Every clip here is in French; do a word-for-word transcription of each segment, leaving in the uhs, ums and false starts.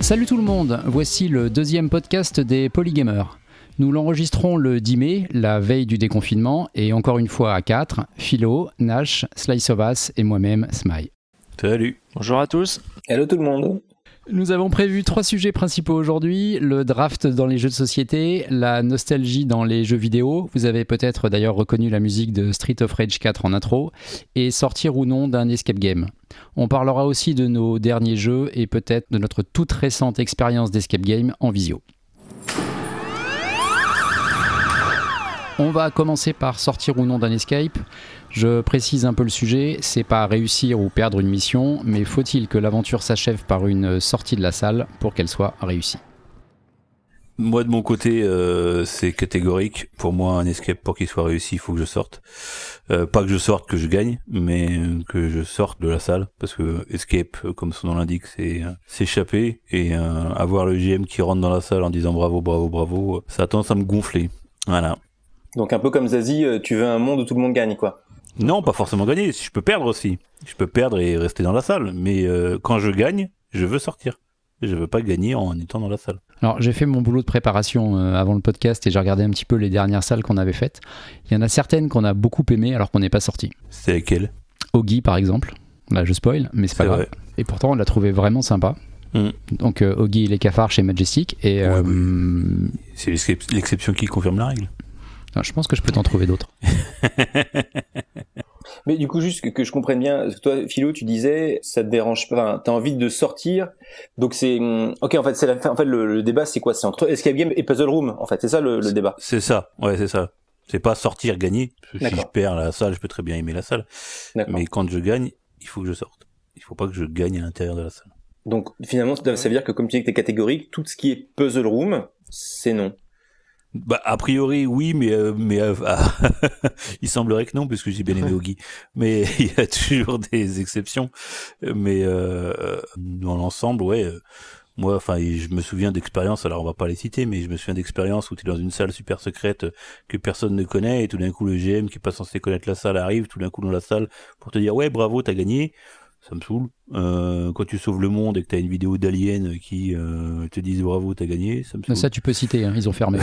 Salut tout le monde, voici le deuxième podcast des Polygamers. Nous l'enregistrons le dix mai, la veille du déconfinement, et encore une fois à quatre, Philo, Nash, Slice of Us et moi-même, Smile. Salut. Bonjour à tous. Hello tout le monde. Nous avons prévu trois sujets principaux aujourd'hui, le draft dans les jeux de société, la nostalgie dans les jeux vidéo, vous avez peut-être d'ailleurs reconnu la musique de Street of Rage quatre en intro, et sortir ou non d'un escape game. On parlera aussi de nos derniers jeux et peut-être de notre toute récente expérience d'escape game en visio. On va commencer par sortir ou non d'un escape. Je précise un peu le sujet, c'est pas réussir ou perdre une mission, mais faut-il que l'aventure s'achève par une sortie de la salle pour qu'elle soit réussie ? Moi de mon côté, euh, c'est catégorique. Pour moi, un escape pour qu'il soit réussi, il faut que je sorte. Euh, pas que je sorte, que je gagne, mais que je sorte de la salle, parce que escape, comme son nom l'indique, c'est euh, s'échapper, et euh, avoir le G M qui rentre dans la salle en disant bravo, bravo, bravo, ça a tendance à me gonfler. Voilà. Donc un peu comme Zazie, tu veux un monde où tout le monde gagne, quoi. Non, pas forcément gagner. Je peux perdre aussi. Je peux perdre et rester dans la salle. Mais euh, quand je gagne, je veux sortir. Je veux pas gagner en étant dans la salle. Alors j'ai fait mon boulot de préparation euh, avant le podcast et j'ai regardé un petit peu les dernières salles qu'on avait faites. Il y en a certaines qu'on a beaucoup aimées alors qu'on n'est pas sorti. C'est lesquelles ? Oggy par exemple. Là je spoil, mais c'est pas c'est grave. Vrai. Et pourtant on l'a trouvé vraiment sympa. Mm. Donc euh, Oggy et les cafards chez Majestic. Et, ouais, euh, oui. C'est l'exception qui confirme la règle. Non, je pense que je peux t'en trouver d'autres. Mais du coup, juste que, que je comprenne bien, parce que toi, Philo, tu disais, ça te dérange pas, enfin, t'as envie de sortir, donc c'est, ok, en fait, c'est la, en fait, le, le débat, c'est quoi ? C'est entre escape game et puzzle room, en fait, c'est ça le, le débat. C'est ça, ouais, c'est ça. C'est pas sortir, gagner. Parce que D'accord. si je perds la salle, je peux très bien aimer la salle. D'accord. Mais quand je gagne, il faut que je sorte. Il faut pas que je gagne à l'intérieur de la salle. Donc, finalement, ça veut dire que, comme tu dis que t'es catégorique, tout ce qui est puzzle room, c'est non. Bah a priori oui, mais euh, mais euh, ah, il semblerait que non, puisque j'ai bien aimé Oggy. Mais il y a toujours des exceptions. Mais euh, dans l'ensemble, ouais. Euh, moi, enfin, je me souviens d'expériences. Alors on va pas les citer, mais je me souviens d'expériences où tu es dans une salle super secrète que personne ne connaît, et tout d'un coup le G M qui est pas censé connaître la salle arrive, tout d'un coup dans la salle pour te dire ouais bravo, t'as gagné. Ça me saoule. Euh, quand tu sauves le monde et que t'as une vidéo d'aliens qui euh, te disent bravo, t'as gagné, ça me saoule. Ça, tu peux citer, hein, ils ont fermé.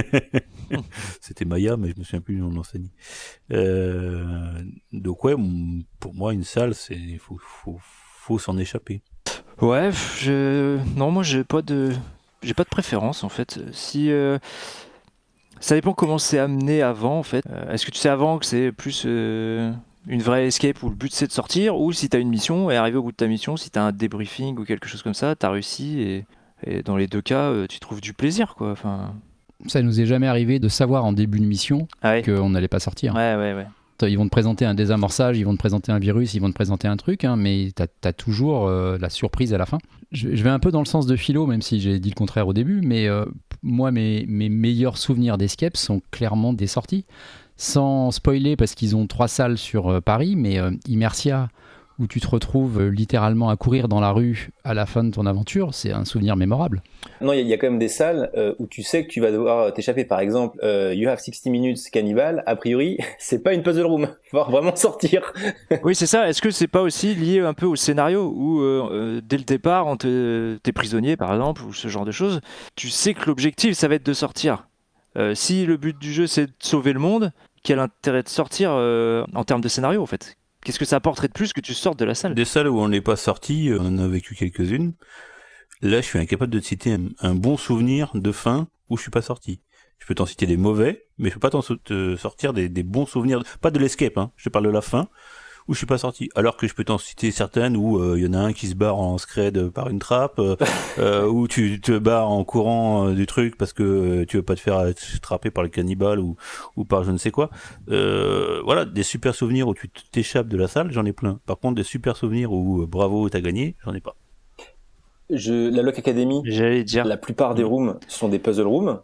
C'était Maya, mais je me souviens plus du nom de l'enseigne. Euh, donc ouais, pour moi, une salle, c'est faut, faut, faut s'en échapper. Ouais, je... non, moi j'ai pas de, j'ai pas de préférence en fait. Si euh... ça dépend comment c'est amené avant en fait. Euh, est-ce que tu sais avant que c'est plus euh... une vraie escape où le but c'est de sortir, ou si t'as une mission et arrivé au bout de ta mission, si t'as un débriefing ou quelque chose comme ça, t'as réussi et, et dans les deux cas, euh, tu trouves du plaisir quoi. Enfin... Ça nous est jamais arrivé de savoir en début de mission ah ouais. qu'on n'allait pas sortir. Ouais, ouais, ouais. Ils vont te présenter un désamorçage, ils vont te présenter un virus, ils vont te présenter un truc, hein, mais t'as, t'as toujours euh, la surprise à la fin. Je, je vais un peu dans le sens de Philo, même si j'ai dit le contraire au début, mais euh, moi, mes, mes meilleurs souvenirs d'escape sont clairement des sorties. Sans spoiler, parce qu'ils ont trois salles sur euh, Paris, mais euh, Immersia, où tu te retrouves euh, littéralement à courir dans la rue à la fin de ton aventure, c'est un souvenir mémorable. Non, il y, y a quand même des salles euh, où tu sais que tu vas devoir t'échapper. Par exemple, euh, You Have sixty minutes Cannibal, a priori, c'est pas une puzzle room. Faut vraiment sortir. Oui, c'est ça. Est-ce que c'est pas aussi lié un peu au scénario où, euh, euh, dès le départ, on te, t'es prisonnier, par exemple, ou ce genre de choses, tu sais que l'objectif, ça va être de sortir. Euh, si le but du jeu, c'est de sauver le monde, quel intérêt de sortir euh, en termes de scénario, en fait ? Qu'est-ce que ça apporterait de plus que tu sortes de la salle ? Des salles où on n'est pas sorti, on en a vécu quelques-unes. Là, je suis incapable de te citer un, un bon souvenir de fin où je suis pas sorti. Je peux t'en citer des mauvais, mais je peux pas t'en te sortir des, des bons souvenirs. Pas de l'escape, hein. Je te parle de la fin où je suis pas sorti. Alors que je peux t'en citer certaines où il euh, y en a un qui se barre en scred par une trappe, euh, euh, où tu te barres en courant euh, du truc parce que euh, tu veux pas te faire attraper par le cannibale ou, ou par je ne sais quoi. Euh, voilà, des super souvenirs où tu t'échappes de la salle, j'en ai plein. Par contre, des super souvenirs où euh, bravo, t'as gagné, j'en ai pas. Je, la Lock Academy, j'allais dire, la plupart des rooms sont des puzzle rooms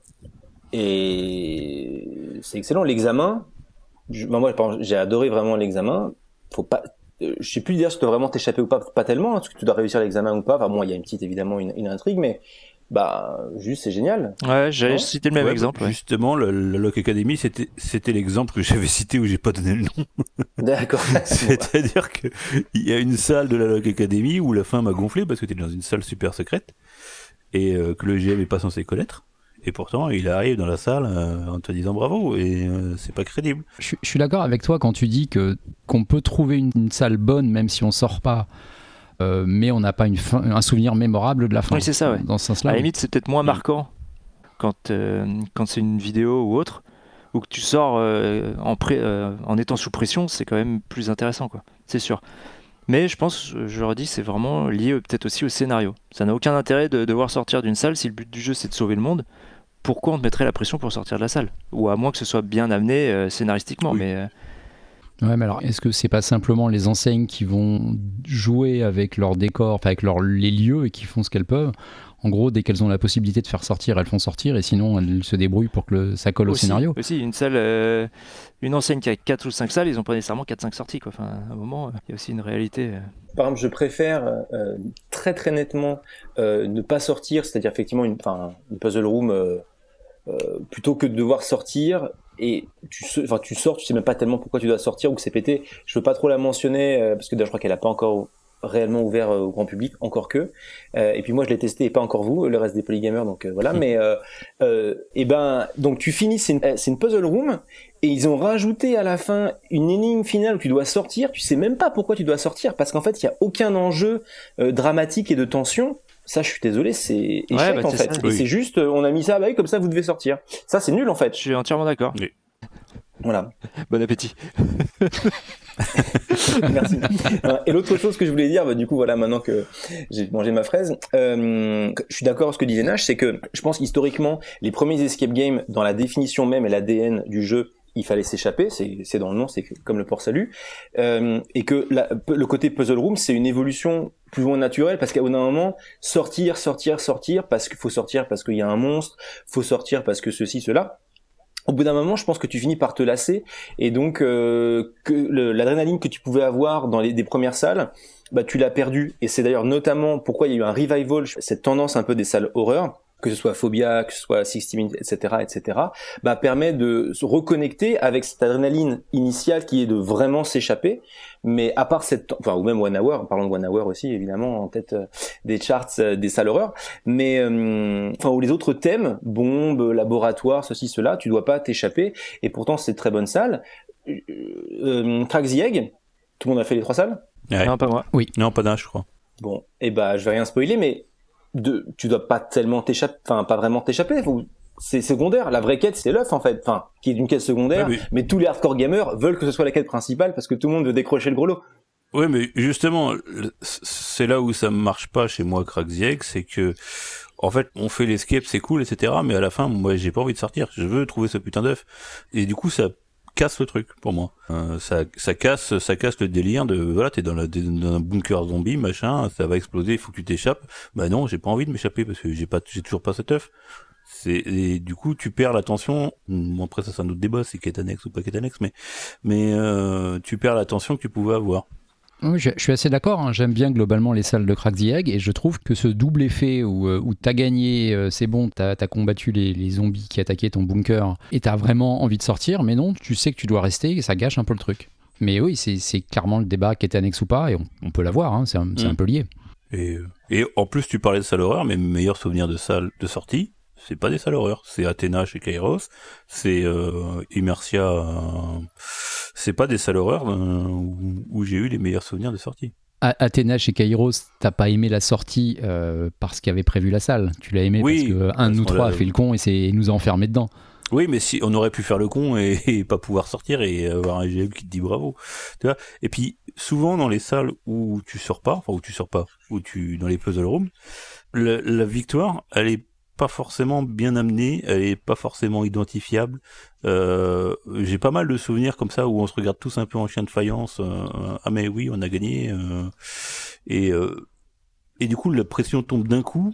et c'est excellent. L'examen, je, moi j'ai adoré vraiment l'examen. Faut pas, euh, je sais plus dire si tu dois vraiment t'échapper ou pas, pas tellement, hein, parce que tu dois réussir l'examen ou pas. Enfin bon, il y a une petite évidemment une, une intrigue, mais bah juste c'est génial. Ouais, j'allais ouais. citer le même ouais, exemple. Ouais. Justement, le, la Lock Academy, c'était c'était l'exemple que j'avais cité où j'ai pas donné le nom. D'accord. C'est-à-dire que il y a une salle de la Lock Academy où la fin m'a gonflé parce que t'es dans une salle super secrète et euh, que le G M est pas censé connaître. Et pourtant, il arrive dans la salle euh, en te disant bravo, et euh, c'est pas crédible. Je, je suis d'accord avec toi quand tu dis que qu'on peut trouver une, une salle bonne même si on sort pas, euh, mais on n'a pas une fin, un souvenir mémorable de la fin. Oui, c'est ça, ouais. Dans ce sens-là. À la oui. limite, c'est peut-être moins marquant quand, euh, quand c'est une vidéo ou autre, ou que tu sors euh, en, pré, euh, en étant sous pression, c'est quand même plus intéressant, quoi. C'est sûr. Mais je pense, je leur dis, c'est vraiment lié euh, peut-être aussi au scénario. Ça n'a aucun intérêt de devoir sortir d'une salle si le but du jeu c'est de sauver le monde. Pourquoi on te mettrait la pression pour sortir de la salle ? Ou à moins que ce soit bien amené euh, scénaristiquement. Oui. Mais euh... Ouais, mais alors, est-ce que c'est pas simplement les enseignes qui vont jouer avec leurs décors, enfin avec leurs, les lieux et qui font ce qu'elles peuvent ? En gros, dès qu'elles ont la possibilité de faire sortir, elles font sortir, et sinon elles se débrouillent pour que le, ça colle aussi, au scénario. Aussi, une salle, euh, une enseigne qui a quatre ou cinq salles, ils n'ont pas nécessairement quatre cinq sorties, quoi. Enfin, à un moment, il y a aussi une réalité. Euh... Par exemple, je préfère euh, très très nettement euh, ne pas sortir, c'est-à-dire effectivement une, enfin, une puzzle room euh, euh, plutôt que de devoir sortir et tu, enfin, tu sors, tu sais même pas tellement pourquoi tu dois sortir ou que c'est pété. Je veux pas trop la mentionner euh, parce que je crois qu'elle a pas encore réellement ouvert euh, au grand public, encore que. Euh, et puis moi je l'ai testé et pas encore vous, le reste des polygamers, donc euh, voilà. Mais euh, euh, et ben donc tu finis, c'est une, c'est une puzzle room et ils ont rajouté à la fin une énigme finale où tu dois sortir. Tu sais même pas pourquoi tu dois sortir parce qu'en fait il y a aucun enjeu euh, dramatique et de tension. Ça, je suis désolé, c'est échec ouais, bah, en c'est fait. ça. Et Oui. c'est juste, on a mis ça, bah oui, comme ça vous devez sortir. Ça, c'est nul en fait. Je suis entièrement d'accord. Oui. Voilà. Bon appétit. Merci. Et l'autre chose que je voulais dire, bah, du coup, voilà, maintenant que j'ai mangé ma fraise, euh, je suis d'accord avec ce que disait Nash, c'est que je pense historiquement, les premiers escape games, dans la définition même et l'A D N du jeu, il fallait s'échapper, c'est, c'est dans le nom, c'est comme le port salut, euh, et que la, le côté puzzle room, c'est une évolution plus ou moins naturelle, parce qu'à un moment, sortir, sortir, sortir, parce qu'il faut sortir parce qu'il y a un monstre, faut sortir parce que ceci, cela. Au bout d'un moment, je pense que tu finis par te lasser, et donc euh, que le, l'adrénaline que tu pouvais avoir dans les des premières salles, bah tu l'as perdu. Et c'est d'ailleurs notamment pourquoi il y a eu un revival, cette tendance un peu des salles horreur, que ce soit Phobia, que ce soit sixty minutes, et cetera, et cetera, bah permet de se reconnecter avec cette adrénaline initiale qui est de vraiment s'échapper. Mais à part cette, enfin ou même One Hour, parlons de One Hour aussi évidemment en tête euh, des charts euh, des salles horreur, mais euh, enfin ou les autres thèmes, bombes, laboratoire, ceci, cela, tu dois pas t'échapper. Et pourtant c'est de très bonnes salles. Euh, euh, Crack the Egg, tout le monde a fait les trois salles. Ouais. Non, pas moi. Non, pas d'un, je crois. Bon, et bah je vais rien spoiler, mais de, tu dois pas tellement t'échapper, enfin pas vraiment t'échapper. Faut, c'est secondaire. La vraie quête, c'est l'œuf en fait, enfin qui est une quête secondaire. Ouais, mais... mais tous les hardcore gamers veulent que ce soit la quête principale parce que tout le monde veut décrocher le gros lot. Oui, mais justement, c'est là où ça marche pas chez moi, Crack the Egg, c'est que en fait, on fait l'escape, c'est cool, et cetera. Mais à la fin, moi, j'ai pas envie de sortir. Je veux trouver ce putain d'œuf. Et du coup, ça casse le truc pour moi. Euh, ça, ça casse, ça casse le délire de voilà, t'es dans, la, dans un bunker zombie, machin, ça va exploser, il faut que tu t'échappes. Bah non, j'ai pas envie de m'échapper parce que j'ai pas, j'ai toujours pas cet œuf. C'est et du coup, tu perds l'attention. Bon, après ça, c'est un autre débat, c'est quête annexe ou pas quête annexe, mais mais euh, tu perds l'attention que tu pouvais avoir. Oui, je, je suis assez d'accord, hein. J'aime bien globalement les salles de Crack the Egg et je trouve que ce double effet où, où t'as gagné, euh, c'est bon, t'as, t'as combattu les, les zombies qui attaquaient ton bunker et t'as vraiment envie de sortir, mais non, tu sais que tu dois rester et ça gâche un peu le truc. Mais oui, c'est, c'est clairement le débat qui était annexe ou pas et on, on peut l'avoir, hein, c'est, un, c'est mmh. un peu lié. Et, et en plus, tu parlais de salle horreur, mes meilleurs souvenirs de salle de sortie, c'est pas des salles horreur, c'est Athéna chez Kairos, c'est euh, Immersia, euh, c'est pas des salles horreur euh, où, où j'ai eu les meilleurs souvenirs de sortie. À Athéna chez Kairos, t'as pas aimé la sortie euh, parce qu'il avait prévu la salle, tu l'as aimé oui, parce qu'un de nous trois a fait le con et c'est, il nous a enfermés dedans. Oui, mais si on aurait pu faire le con et, et pas pouvoir sortir et avoir un G M qui te dit bravo, tu vois. Et puis souvent dans les salles où tu sors pas, enfin où tu sors pas, où tu dans les puzzle rooms, la, la victoire, elle est pas forcément bien amenée, elle est pas forcément identifiable. Euh, j'ai pas mal de souvenirs comme ça où on se regarde tous un peu en chien de faïence. Euh, ah mais oui, on a gagné. Euh, et euh, et du coup la pression tombe d'un coup.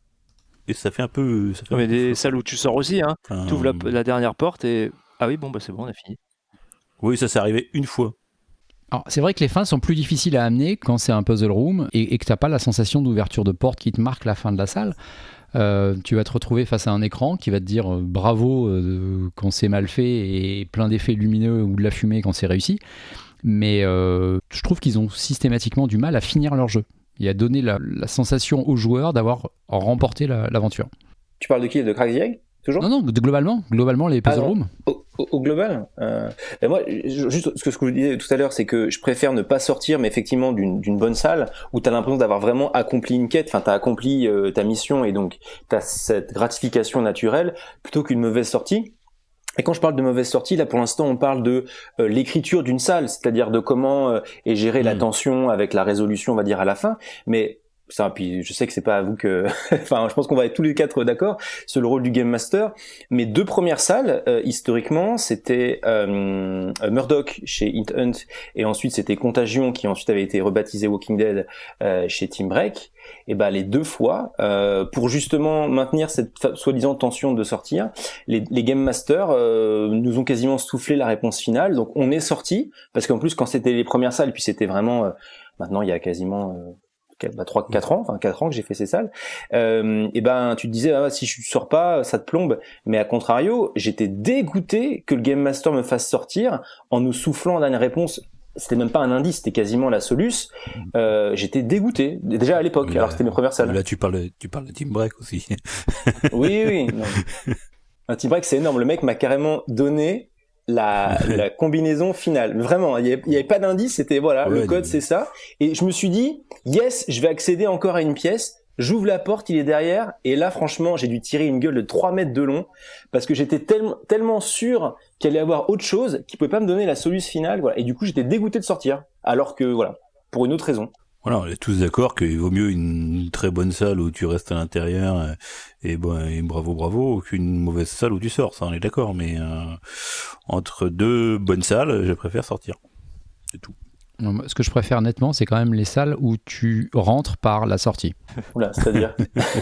Et ça fait un peu... Ça fait mais un peu des flop. salles où tu sors aussi, hein. Enfin, Tu ouvres la, la dernière porte et... Ah oui, bon, bah c'est bon, on a fini. Oui, ça s'est arrivé une fois. Alors, c'est vrai que les fins sont plus difficiles à amener quand c'est un puzzle room et, et que t'as pas la sensation d'ouverture de porte qui te marque la fin de la salle. Euh, tu vas te retrouver face à un écran qui va te dire euh, bravo euh, quand c'est mal fait et plein d'effets lumineux ou de la fumée quand c'est réussi. Mais euh, je trouve qu'ils ont systématiquement du mal à finir leur jeu. et a donné la, la sensation aux joueurs d'avoir remporté la, l'aventure. Tu parles de qui? De Crazy Egg? Toujours? Non, non, de, globalement, globalement, les puzzle ah, rooms. Au, au, au global, euh, ben moi, juste ce que je vous disais tout à l'heure, c'est que je préfère ne pas sortir, mais effectivement d'une, d'une bonne salle où t'as l'impression d'avoir vraiment accompli une quête, enfin t'as accompli euh, ta mission et donc t'as cette gratification naturelle, plutôt qu'une mauvaise sortie. Et quand je parle de mauvaise sortie, là pour l'instant on parle de euh, l'écriture d'une salle, c'est-à-dire de comment euh, est gérée mmh. la tension avec la résolution, on va dire à la fin, mais ça, puis je sais que c'est pas à vous que, enfin, je pense qu'on va être tous les quatre d'accord sur le rôle du Game Master. Mes deux premières salles, euh, historiquement, c'était euh, Murdoch chez Hint Hunt, et ensuite c'était Contagion, qui ensuite avait été rebaptisé Walking Dead euh, chez Team Break. Et ben les deux fois, euh, pour justement maintenir cette soi-disant tension de sortir, les, les Game Masters euh, nous ont quasiment soufflé la réponse finale. Donc on est sorti, parce qu'en plus quand c'était les premières salles, puis c'était vraiment, euh, maintenant il y a quasiment euh, bah, trois quatre ans, enfin quatre ans que j'ai fait ces salles, euh, et ben tu te disais ah, si je sors pas ça te plombe, mais à contrario j'étais dégoûté que le Game Master me fasse sortir en nous soufflant dans une réponse. C'était même pas un indice, c'était quasiment la soluce. Euh, j'étais dégoûté déjà à l'époque, là, alors que c'était mes premières salles. Là tu parles, tu parles de Team Break aussi. oui oui, non. Un Team Break c'est énorme, le mec m'a carrément donné la, la combinaison finale. Vraiment, il y avait, il y avait pas d'indice, c'était voilà, ouais, le code c'est ça. Et je me suis dit, yes, je vais accéder encore à une pièce. J'ouvre la porte, il est derrière. Et là, franchement, j'ai dû tirer une gueule de trois mètres de long parce que j'étais tellement, tellement sûr qu'il allait y avoir autre chose qui pouvait pas me donner la solution finale. Voilà. Et du coup, j'étais dégoûté de sortir. Alors que, voilà, pour une autre raison. Voilà, on est tous d'accord qu'il vaut mieux une très bonne salle où tu restes à l'intérieur et, bon, et bravo bravo qu'une mauvaise salle où tu sors, ça on est d'accord, mais euh, entre deux bonnes salles, je préfère sortir. C'est tout. Ce que je préfère nettement, c'est quand même les salles où tu rentres par la sortie. Oula, c'est-à-dire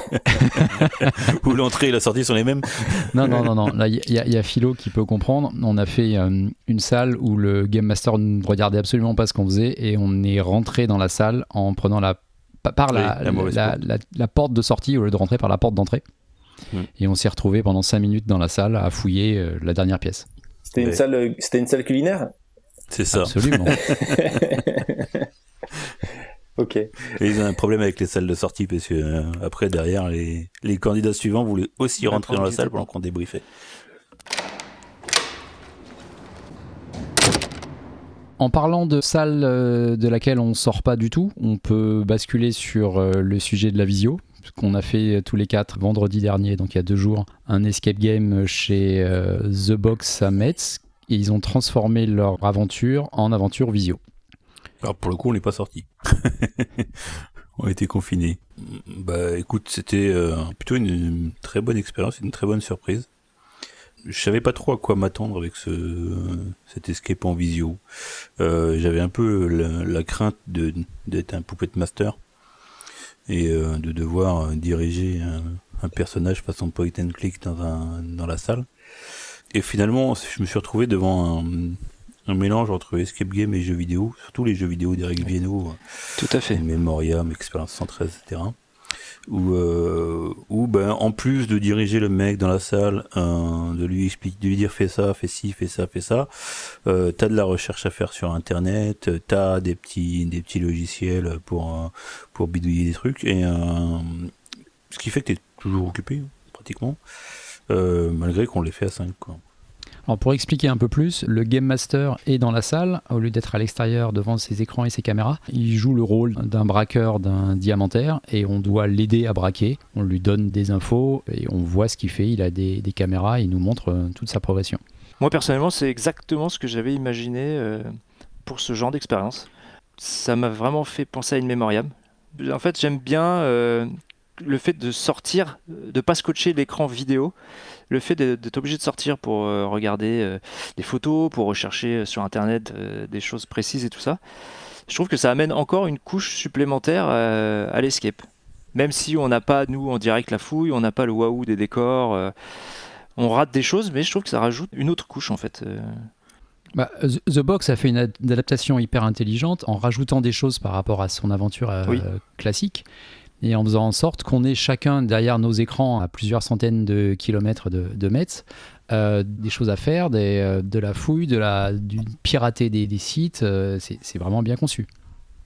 où l'entrée et la sortie sont les mêmes. Non, non, non, non. Là, il y, y a Philo qui peut comprendre. On a fait euh, une salle où le Game Master ne regardait absolument pas ce qu'on faisait et on est rentré dans la salle en prenant la, par la, oui, la, la, la, la, la porte de sortie au lieu de rentrer par la porte d'entrée. Mmh. Et on s'est retrouvé pendant cinq minutes dans la salle à fouiller euh, la dernière pièce. C'était, ouais. une salle, c'était une salle culinaire ? C'est ça. Absolument. Ok. Et ils ont un problème avec les salles de sortie parce que euh, après derrière les, les candidats suivants voulaient aussi rentrer dans la salle pendant qu'on débriefait. En parlant de salle de laquelle on sort pas du tout, on peut basculer sur le sujet de la visio, qu'on a fait tous les quatre vendredi dernier, donc il y a deux jours, un escape game chez euh, The Box à Metz. Et ils ont transformé leur aventure en aventure visio. Alors pour le coup, on n'est pas sortis. On a été confinés. Bah écoute, c'était euh, plutôt une, une très bonne expérience, une très bonne surprise. Je savais pas trop à quoi m'attendre avec ce cet escape en visio. Euh, j'avais un peu la, la crainte de d'être un Puppet Master et euh, de devoir diriger un, un personnage façon point and click dans un dans la salle. Et finalement, je me suis retrouvé devant un, un mélange entre escape game et jeux vidéo, surtout les jeux vidéo d'Eric Viennot. Tout à fait. Memoriam, Expérience cent treize, et cetera. Où, euh, où ben, en plus de diriger le mec dans la salle, euh, de lui expliquer, de lui dire fais ça, fais ci, fais ça, fais ça, euh, t'as de la recherche à faire sur Internet, t'as des petits, des petits logiciels pour, pour bidouiller des trucs, et euh, ce qui fait que t'es toujours occupé, pratiquement. Euh, malgré qu'on l'ait fait à cinq, quoi. Alors pour expliquer un peu plus, le Game Master est dans la salle, au lieu d'être à l'extérieur devant ses écrans et ses caméras. Il joue le rôle d'un braqueur, d'un diamantaire, et on doit l'aider à braquer. On lui donne des infos et on voit ce qu'il fait. Il a des, des caméras, il nous montre euh, toute sa progression. Moi personnellement, c'est exactement ce que j'avais imaginé euh, pour ce genre d'expérience. Ça m'a vraiment fait penser à une Memoriam. En fait, j'aime bien... Euh, le fait de sortir, de pas scotcher l'écran vidéo, le fait d'être obligé de sortir pour euh, regarder euh, des photos, pour rechercher sur internet euh, des choses précises et tout ça, je trouve que ça amène encore une couche supplémentaire euh, à l'escape. Même si on n'a pas, nous, en direct la fouille, on n'a pas le waouh des décors, euh, on rate des choses, mais je trouve que ça rajoute une autre couche en fait. Euh. Bah, The Box a fait une, ad- une adaptation hyper intelligente en rajoutant des choses par rapport à son aventure euh, oui. classique. Et en faisant en sorte qu'on ait chacun derrière nos écrans à plusieurs centaines de kilomètres de, de Metz, euh, des choses à faire, des, euh, de la fouille, de la, du pirater des, des sites, euh, c'est, c'est vraiment bien conçu.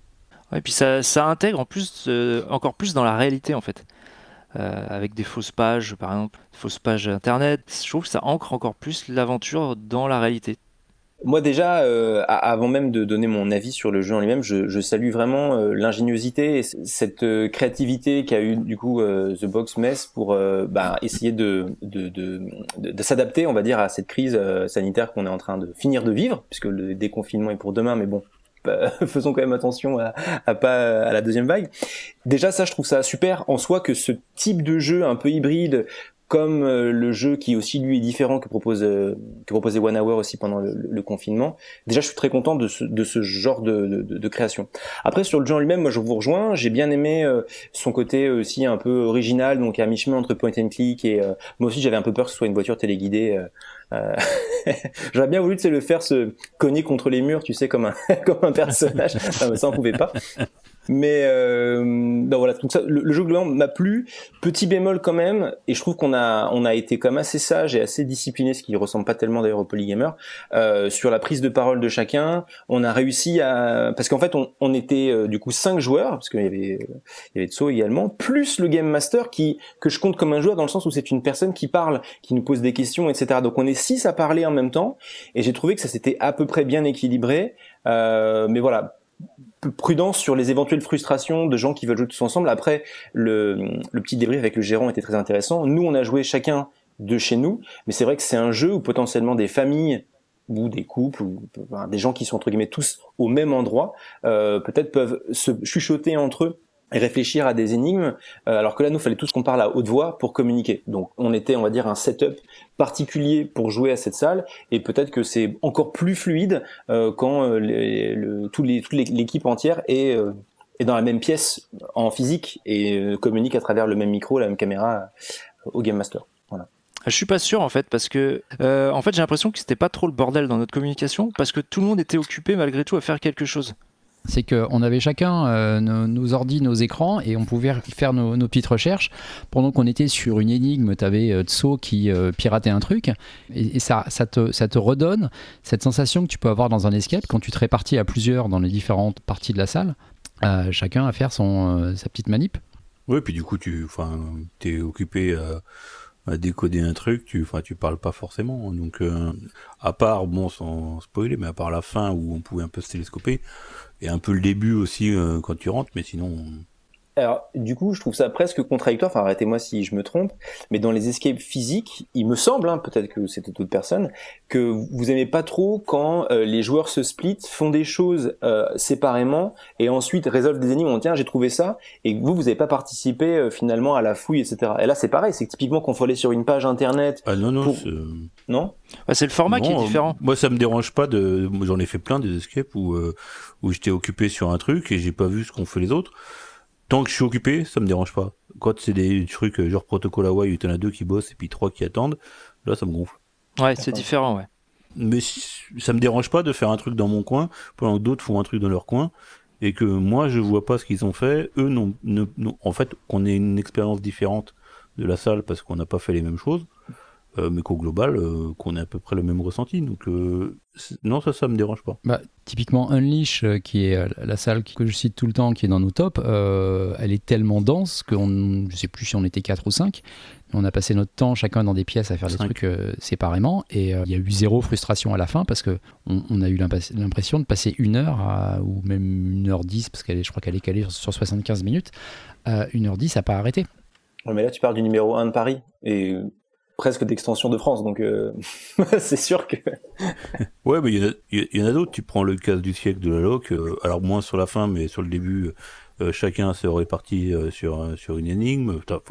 Ouais, et puis ça, ça intègre en plus, euh, encore plus dans la réalité en fait. Euh, avec des fausses pages, par exemple, des fausses pages internet. Je trouve que ça ancre encore plus l'aventure dans la réalité. Moi déjà, euh, avant même de donner mon avis sur le jeu en lui-même, je, je salue vraiment euh, l'ingéniosité et c- cette euh, créativité qu'a eu du coup euh, The Box Mess pour euh, bah, essayer de, de, de, de, de s'adapter, on va dire, à cette crise euh, sanitaire qu'on est en train de finir de vivre, puisque le déconfinement est pour demain, mais bon, bah, faisons quand même attention à, à pas à la deuxième vague. Déjà ça, je trouve ça super en soi que ce type de jeu un peu hybride, comme euh, le jeu qui aussi lui est différent que propose euh, que proposait One Hour aussi pendant le, le, le confinement. Déjà, je suis très content de ce, de ce genre de, de, de création. Après, sur le jeu en lui-même, moi je vous rejoins. J'ai bien aimé euh, son côté aussi un peu original, donc à mi-chemin entre point and click et euh, moi aussi j'avais un peu peur que ce soit une voiture téléguidée. Euh, euh... J'aurais bien voulu tu sais, le faire se cogner contre les murs, tu sais, comme un comme un personnage. Non, mais ça on pouvait pas. Mais euh, donc voilà, donc ça, le, le jeu globalement m'a plu. Petit bémol quand même, et je trouve qu'on a on a été quand même assez sage et assez discipliné, ce qui ressemble pas tellement d'ailleurs au Polygamer, euh, sur la prise de parole de chacun. On a réussi à parce qu'en fait on, on était euh, du coup cinq joueurs parce qu'il y avait euh, il y avait Tso également, plus le Game Master qui que je compte comme un joueur dans le sens où c'est une personne qui parle, qui nous pose des questions, et cetera. Donc on est six à parler en même temps, et j'ai trouvé que ça s'était à peu près bien équilibré. Euh, mais voilà. Prudence sur les éventuelles frustrations de gens qui veulent jouer tous ensemble. Après, le, le petit débrief avec le gérant était très intéressant. Nous, on a joué chacun de chez nous, mais c'est vrai que c'est un jeu où potentiellement des familles ou des couples ou enfin, des gens qui sont entre guillemets tous au même endroit, euh, peut-être peuvent se chuchoter entre eux et réfléchir à des énigmes, euh, alors que là, nous, fallait tous qu'on parle à haute voix pour communiquer. Donc, on était, on va dire, un setup particulier pour jouer à cette salle, et peut-être que c'est encore plus fluide euh, quand euh, les, le, tous les, toute l'équipe entière est, euh, est dans la même pièce en physique et euh, communique à travers le même micro, la même caméra euh, au Game Master. Voilà. Je suis pas sûr en fait parce que euh, en fait j'ai l'impression que c'était pas trop le bordel dans notre communication parce que tout le monde était occupé malgré tout à faire quelque chose. C'est qu'on avait chacun euh, nos, nos ordis, nos écrans, et on pouvait faire nos, nos petites recherches. Pendant qu'on était sur une énigme, tu avais euh, Tso qui euh, piratait un truc, et, et ça, ça, te, ça te redonne cette sensation que tu peux avoir dans un escape quand tu te répartis à plusieurs dans les différentes parties de la salle, euh, chacun à faire son, euh, sa petite manip. Oui, puis du coup, tu enfin, t'es occupé à, à décoder un truc, tu enfin, tu parles pas forcément. Donc, euh, à part, bon, sans spoiler, mais à part la fin où on pouvait un peu se télescoper, et un peu le début aussi euh, quand tu rentres, mais sinon... Alors, du coup, je trouve ça presque contradictoire, enfin arrêtez-moi si je me trompe, mais dans les escapes physiques, il me semble, hein, peut-être que c'était d'autres personnes, que vous aimez pas trop quand euh, les joueurs se splitent, font des choses euh, séparément, et ensuite résolvent des énigmes, on tient, j'ai trouvé ça, et vous, vous avez pas participé euh, finalement à la fouille, et cetera. Et là, c'est pareil, c'est que typiquement qu'on faut aller sur une page internet... Ah non, non, pour... c'est... Non bah, c'est le format non, qui est différent. Euh, moi, ça me dérange pas de... J'en ai fait plein des escapes où, euh, où j'étais occupé sur un truc et j'ai pas vu ce qu'ont fait les autres. Tant que je suis occupé, ça me dérange pas. Quand c'est des trucs genre protocole Hawaii où t'en as deux qui bossent et puis trois qui attendent, là ça me gonfle. Ouais, c'est différent, ouais. Mais ça me dérange pas de faire un truc dans mon coin pendant que d'autres font un truc dans leur coin et que moi je vois pas ce qu'ils ont fait. Eux non, ne, non. En fait, qu'on ait une expérience différente de la salle parce qu'on n'a pas fait les mêmes choses, euh, mais qu'au global, euh, qu'on ait à peu près le même ressenti. Donc euh, non, ça, ça me dérange pas. Bah, typiquement Unleash, euh, qui est euh, la salle que je cite tout le temps, qui est dans nos tops, euh, elle est tellement dense qu'on, je sais plus si on était quatre ou cinq, mais on a passé notre temps chacun dans des pièces à faire des Cinq. trucs euh, séparément, et il euh, y a eu zéro frustration à la fin parce que on, on a eu l'impression de passer une heure à, ou même une heure dix, parce qu'elle est, je crois qu'elle est calée sur soixante-quinze minutes, euh, une heure dix à pas arrêter. Ouais, mais là, tu parles du numéro un de Paris, et presque d'extension de France, donc euh, c'est sûr que... Ouais, mais il y, y, y en a d'autres. Tu prends le cas du siècle de la loc, euh, alors moins sur la fin, mais sur le début, euh, chacun s'est réparti euh, sur euh, sur une énigme. Enfin,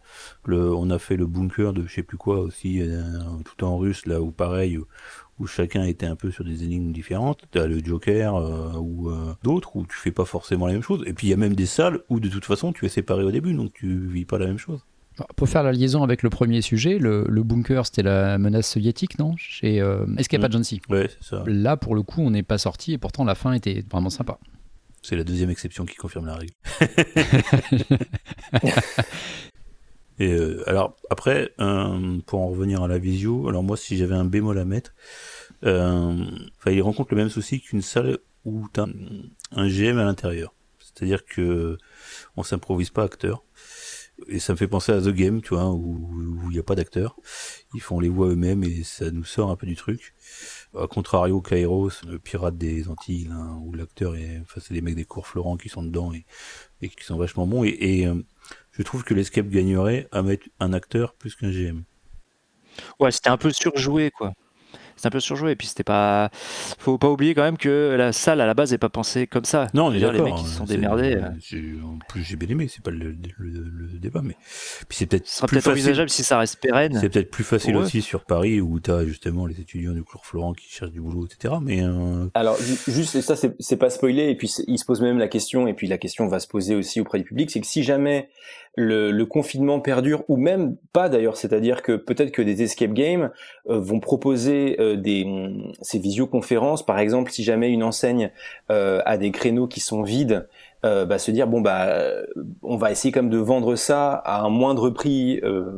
le, on a fait le bunker de je sais plus quoi aussi, euh, tout en russe là, où pareil, où, où chacun était un peu sur des énigmes différentes. T'as le Joker euh, ou euh, d'autres où tu fais pas forcément la même chose. Et puis il y a même des salles où de toute façon tu es séparé au début, donc tu vis pas la même chose. Pour faire la liaison avec le premier sujet, le, le bunker, c'était la menace soviétique, non? Chez euh, Escape Agency. Ouais, c'est ça. Là, pour le coup, on n'est pas sorti, et pourtant la fin était vraiment sympa. C'est la deuxième exception qui confirme la règle. Et euh, alors, après, euh, pour en revenir à la visio, alors moi, si j'avais un bémol à mettre, euh, il rencontre le même souci qu'une salle où tu as un G M à l'intérieur. C'est-à-dire que on s'improvise pas acteur. Et ça me fait penser à The Game, tu vois, où il n'y a pas d'acteurs. Ils font les voix eux-mêmes et ça nous sort un peu du truc. A contrario, Kairos, le pirate des Antilles, là, où l'acteur est, enfin, c'est les mecs des cours Florent qui sont dedans et, et qui sont vachement bons. Et, et euh, je trouve que l'Escape gagnerait à mettre un acteur plus qu'un G M. Ouais, c'était un peu surjoué, quoi. C'est un peu surjoué, et puis c'était pas. Faut pas oublier quand même que la salle à la base n'est pas pensée comme ça. Non, on est D'ailleurs, les d'accord. mecs ils se sont c'est- démerdés. euh, j'ai- En plus, j'ai bien aimé. C'est pas le, le, le- le débat, mais puis c'est peut-être Ce sera plus peut-être facile. envisageable si ça reste pérenne. C'est peut-être plus facile Pour eux. aussi sur Paris où t'as justement les étudiants du cours Florent qui cherchent du boulot, et cetera. Mais euh, Alors ju- juste et ça c'est c'est pas spoilé et puis c'est- il se pose même la question et puis la question va se poser aussi auprès du public, c'est que si jamais le, le confinement perdure ou même pas d'ailleurs, c'est-à-dire que peut-être que des escape games euh, vont proposer euh, des hum, ces visioconférences, par exemple si jamais une enseigne euh, a des créneaux qui sont vides, euh, bah se dire bon bah euh, on va essayer comme de vendre ça à un moindre prix euh,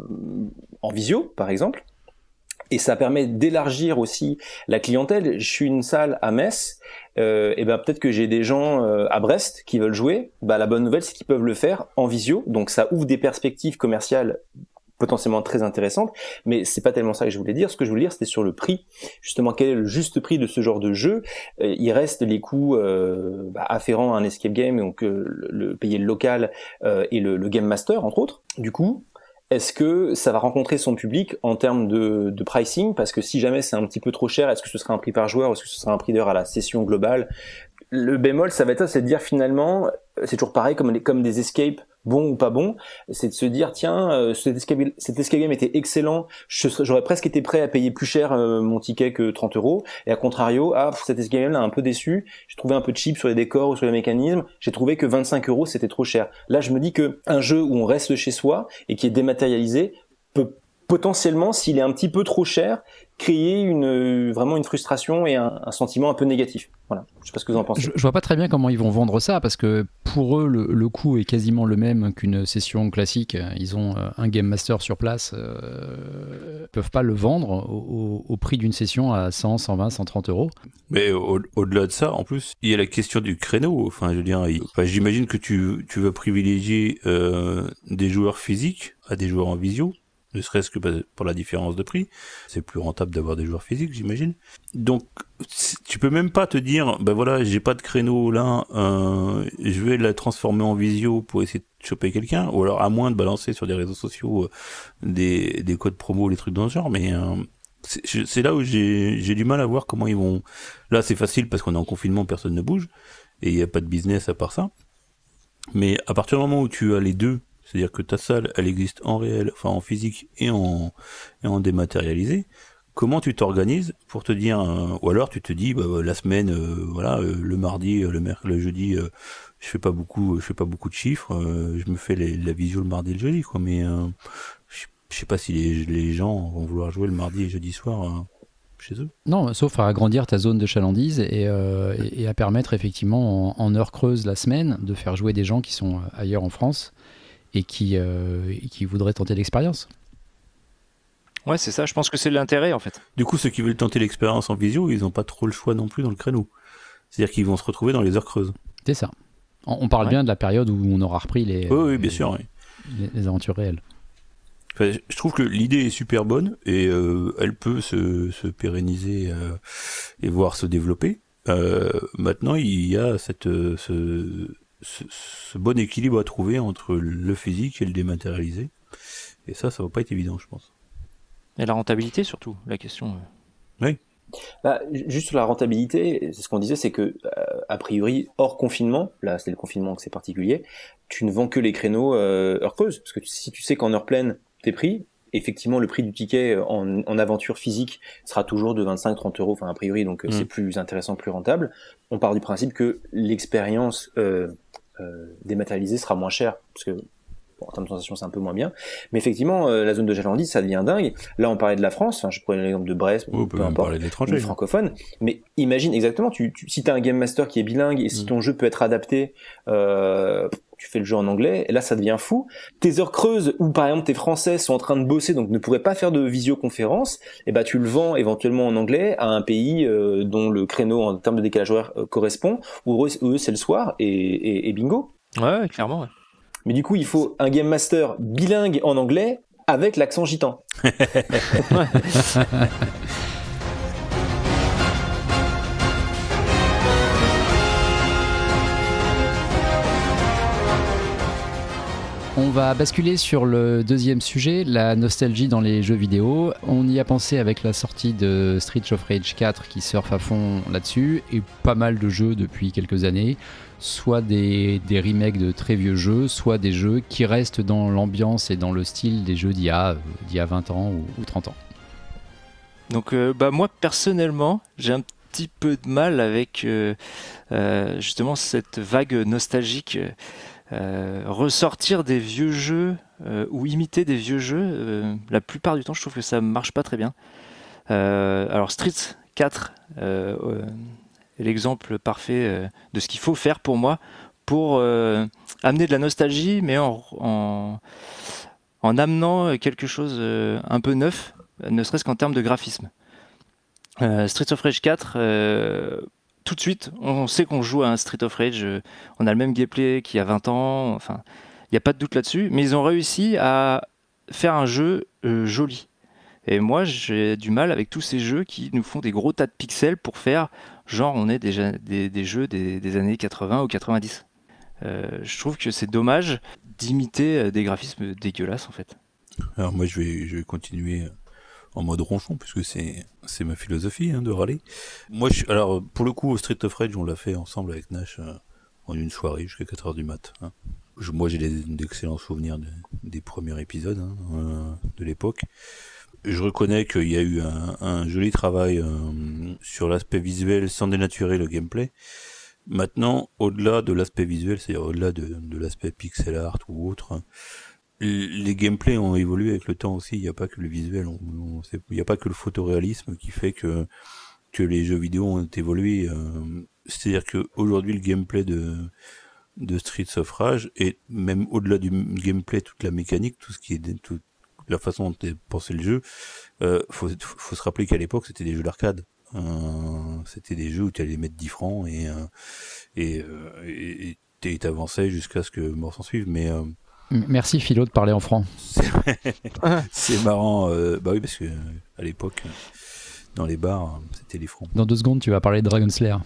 en visio par exemple. Et ça permet d'élargir aussi la clientèle. Je suis une salle à Metz, euh, et ben peut-être que j'ai des gens euh, à Brest qui veulent jouer. Bah la bonne nouvelle c'est qu'ils peuvent le faire en visio, donc ça ouvre des perspectives commerciales potentiellement très intéressantes. Mais c'est pas tellement ça que je voulais dire. Ce que je voulais dire c'était sur le prix. Justement, quel est le juste prix de ce genre de jeu ? euh, Il reste les coûts euh, bah, afférents à un escape game, donc euh, le, le payer le local euh, et le, le game master entre autres. Du coup. Est-ce que ça va rencontrer son public en termes de, de pricing ? Parce que si jamais c'est un petit peu trop cher, est-ce que ce sera un prix par joueur ? Est-ce que ce sera un prix d'heure à la session globale ? Le bémol, ça va être ça, c'est de dire finalement, c'est toujours pareil comme, les, comme des escapes, bons ou pas bons, c'est de se dire, tiens, euh, cet, escape, cet escape game était excellent, je serais, j'aurais presque été prêt à payer plus cher euh, mon ticket que trente euros, et à contrario, ah, cet escape game là un peu déçu, j'ai trouvé un peu cheap sur les décors ou sur les mécanismes, j'ai trouvé que vingt-cinq euros c'était trop cher. Là, je me dis que un jeu où on reste chez soi et qui est dématérialisé peut potentiellement, s'il est un petit peu trop cher, créer une vraiment une frustration et un, un sentiment un peu négatif. Voilà. Je sais pas ce que vous en pensez. Je, je vois pas très bien comment ils vont vendre ça parce que pour eux le, le coût est quasiment le même qu'une session classique. Ils ont un game master sur place, euh, ils peuvent pas le vendre au, au, au prix d'une session à cent, cent vingt, cent trente euros. mais au, au-delà de ça, en plus, il y a la question du créneau. Enfin, je veux dire, il, enfin, j'imagine que tu tu vas privilégier euh, des joueurs physiques à des joueurs en visio. Ne serait-ce que pour la différence de prix, c'est plus rentable d'avoir des joueurs physiques, j'imagine. Donc, tu peux même pas te dire, ben voilà, j'ai pas de créneau là, euh, je vais la transformer en visio pour essayer de choper quelqu'un, ou alors à moins de balancer sur des réseaux sociaux euh, des, des codes promo, les trucs dans ce genre. Mais euh, c'est, c'est là où j'ai, j'ai du mal à voir comment ils vont. Là, c'est facile parce qu'on est en confinement, personne ne bouge et il y a pas de business à part ça. Mais à partir du moment où tu as les deux, c'est-à-dire que ta salle, elle existe en réel, enfin en physique et en, et en dématérialisé. Comment tu t'organises pour te dire, euh, ou alors tu te dis, bah, la semaine, euh, voilà, euh, le mardi, le, mer- le jeudi, euh, je fais pas beaucoup, je fais pas beaucoup de chiffres, euh, je me fais les, la visio le mardi et le jeudi, quoi. Mais euh, je je sais pas si les, les gens vont vouloir jouer le mardi et jeudi soir euh, chez eux. Non, sauf à agrandir ta zone de chalandise et, euh, et, et à permettre effectivement en, en heure creuse la semaine de faire jouer des gens qui sont ailleurs en France et qui, euh, et qui voudraient tenter l'expérience. Ouais, c'est ça. Je pense que c'est l'intérêt en fait. Du coup, ceux qui veulent tenter l'expérience en visio, ils ont pas trop le choix non plus dans le créneau. C'est-à-dire qu'ils vont se retrouver dans les heures creuses. C'est ça. On, on parle Ouais. bien de la période où on aura repris les, Oui, oui, bien les, sûr. Oui. les, les aventures réelles. Enfin, je trouve que l'idée est super bonne et euh, elle peut se, se pérenniser euh, et voir se développer. Euh, maintenant, il y a cette, euh, ce, ce, ce bon équilibre à trouver entre le physique et le dématérialisé. Et ça, ça va pas être évident, je pense. Et la rentabilité surtout, la question. euh. Bah, juste sur la rentabilité, c'est ce qu'on disait, c'est que euh, a priori hors confinement, là c'est le confinement que c'est particulier, tu ne vends que les créneaux euh, heure creuse, parce que si tu sais qu'en heure pleine t'es pris, effectivement le prix du ticket en, en aventure physique sera toujours de vingt-cinq à trente euros, enfin a priori, donc euh, Mm. c'est plus intéressant, plus rentable. On part du principe que l'expérience euh, euh, dématérialisée sera moins chère, parce que Bon, en termes de sensation, c'est un peu moins bien. Mais effectivement, euh, la zone de chalandise, ça devient dingue. Là, on parlait de la France. Enfin, je prenais l'exemple de Brest, Oh, on peut même parler de l'étranger. ou francophone. Mais imagine exactement, tu, tu, si t'as un game master qui est bilingue et si ton mmh. jeu peut être adapté, euh, tu fais le jeu en anglais, et là ça devient fou. Tes heures creuses où par exemple tes Français sont en train de bosser, donc ne pourraient pas faire de visioconférence, et ben tu le vends éventuellement en anglais à un pays euh, dont le créneau en termes de décalage horaire euh, correspond, où eux, eux c'est le soir, et, et, et bingo. Ouais, clairement. Ouais. Mais du coup il faut un game master bilingue en anglais avec l'accent gitan. On va basculer sur le deuxième sujet, la nostalgie dans les jeux vidéo. On y a pensé avec la sortie de Streets of Rage quatre qui surfe à fond là-dessus, et pas mal de jeux depuis quelques années, soit des, des remakes de très vieux jeux, soit des jeux qui restent dans l'ambiance et dans le style des jeux d'il y a, d'il y a vingt ans ou, ou trente ans. Donc euh, bah, moi personnellement, j'ai un petit peu de mal avec euh, euh, justement cette vague nostalgique. Euh, Euh, ressortir des vieux jeux euh, ou imiter des vieux jeux, euh, la plupart du temps je trouve que ça marche pas très bien. Euh, alors Street quatre euh, euh, est l'exemple parfait euh, de ce qu'il faut faire pour moi pour euh, amener de la nostalgie, mais en, en, en amenant quelque chose euh, un peu neuf, ne serait-ce qu'en termes de graphisme. Euh, Street of Rage quatre, euh, tout de suite, on sait qu'on joue à un Street of Rage, euh, on a le même gameplay qu'il y a vingt ans, enfin, il n'y a pas de doute là-dessus, mais ils ont réussi à faire un jeu euh, joli. Et moi, j'ai du mal avec tous ces jeux qui nous font des gros tas de pixels pour faire genre on est déjà des, des jeux des, des années quatre-vingts ou quatre-vingt-dix. Euh, je trouve que c'est dommage d'imiter des graphismes dégueulasses en fait. Alors moi, je vais, je vais continuer en mode ronchon, puisque c'est, c'est ma philosophie hein, de râler. Moi, je, alors pour le coup, au Street of Rage, on l'a fait ensemble avec Nash euh, en une soirée jusqu'à quatre heures du mat. Hein. Je, moi, j'ai des, d'excellents souvenirs de, des premiers épisodes hein, euh, de l'époque. Je reconnais qu'il y a eu un, un joli travail euh, sur l'aspect visuel sans dénaturer le gameplay. Maintenant, au-delà de l'aspect visuel, c'est-à-dire au-delà de, de l'aspect pixel art ou autre, hein, les gameplays ont évolué avec le temps aussi. Il n'y a pas que le visuel, on, on, il n'y a pas que le photoréalisme qui fait que que les jeux vidéo ont évolué. Euh, c'est-à-dire que aujourd'hui le gameplay de de Streets of Rage et même au-delà du gameplay, toute la mécanique, tout ce qui est toute la façon dont est pensé le jeu, euh, faut faut se rappeler qu'à l'époque c'était des jeux d'arcade. Euh, c'était des jeux où tu allais mettre dix francs et euh, et euh, et t'avançais jusqu'à ce que mort s'en suive, mais euh, merci Philo de parler en franc. C'est, c'est marrant, euh, bah oui, parce que à l'époque, dans les bars, c'était les francs. Dans deux secondes, tu vas parler de Dragon Slayer.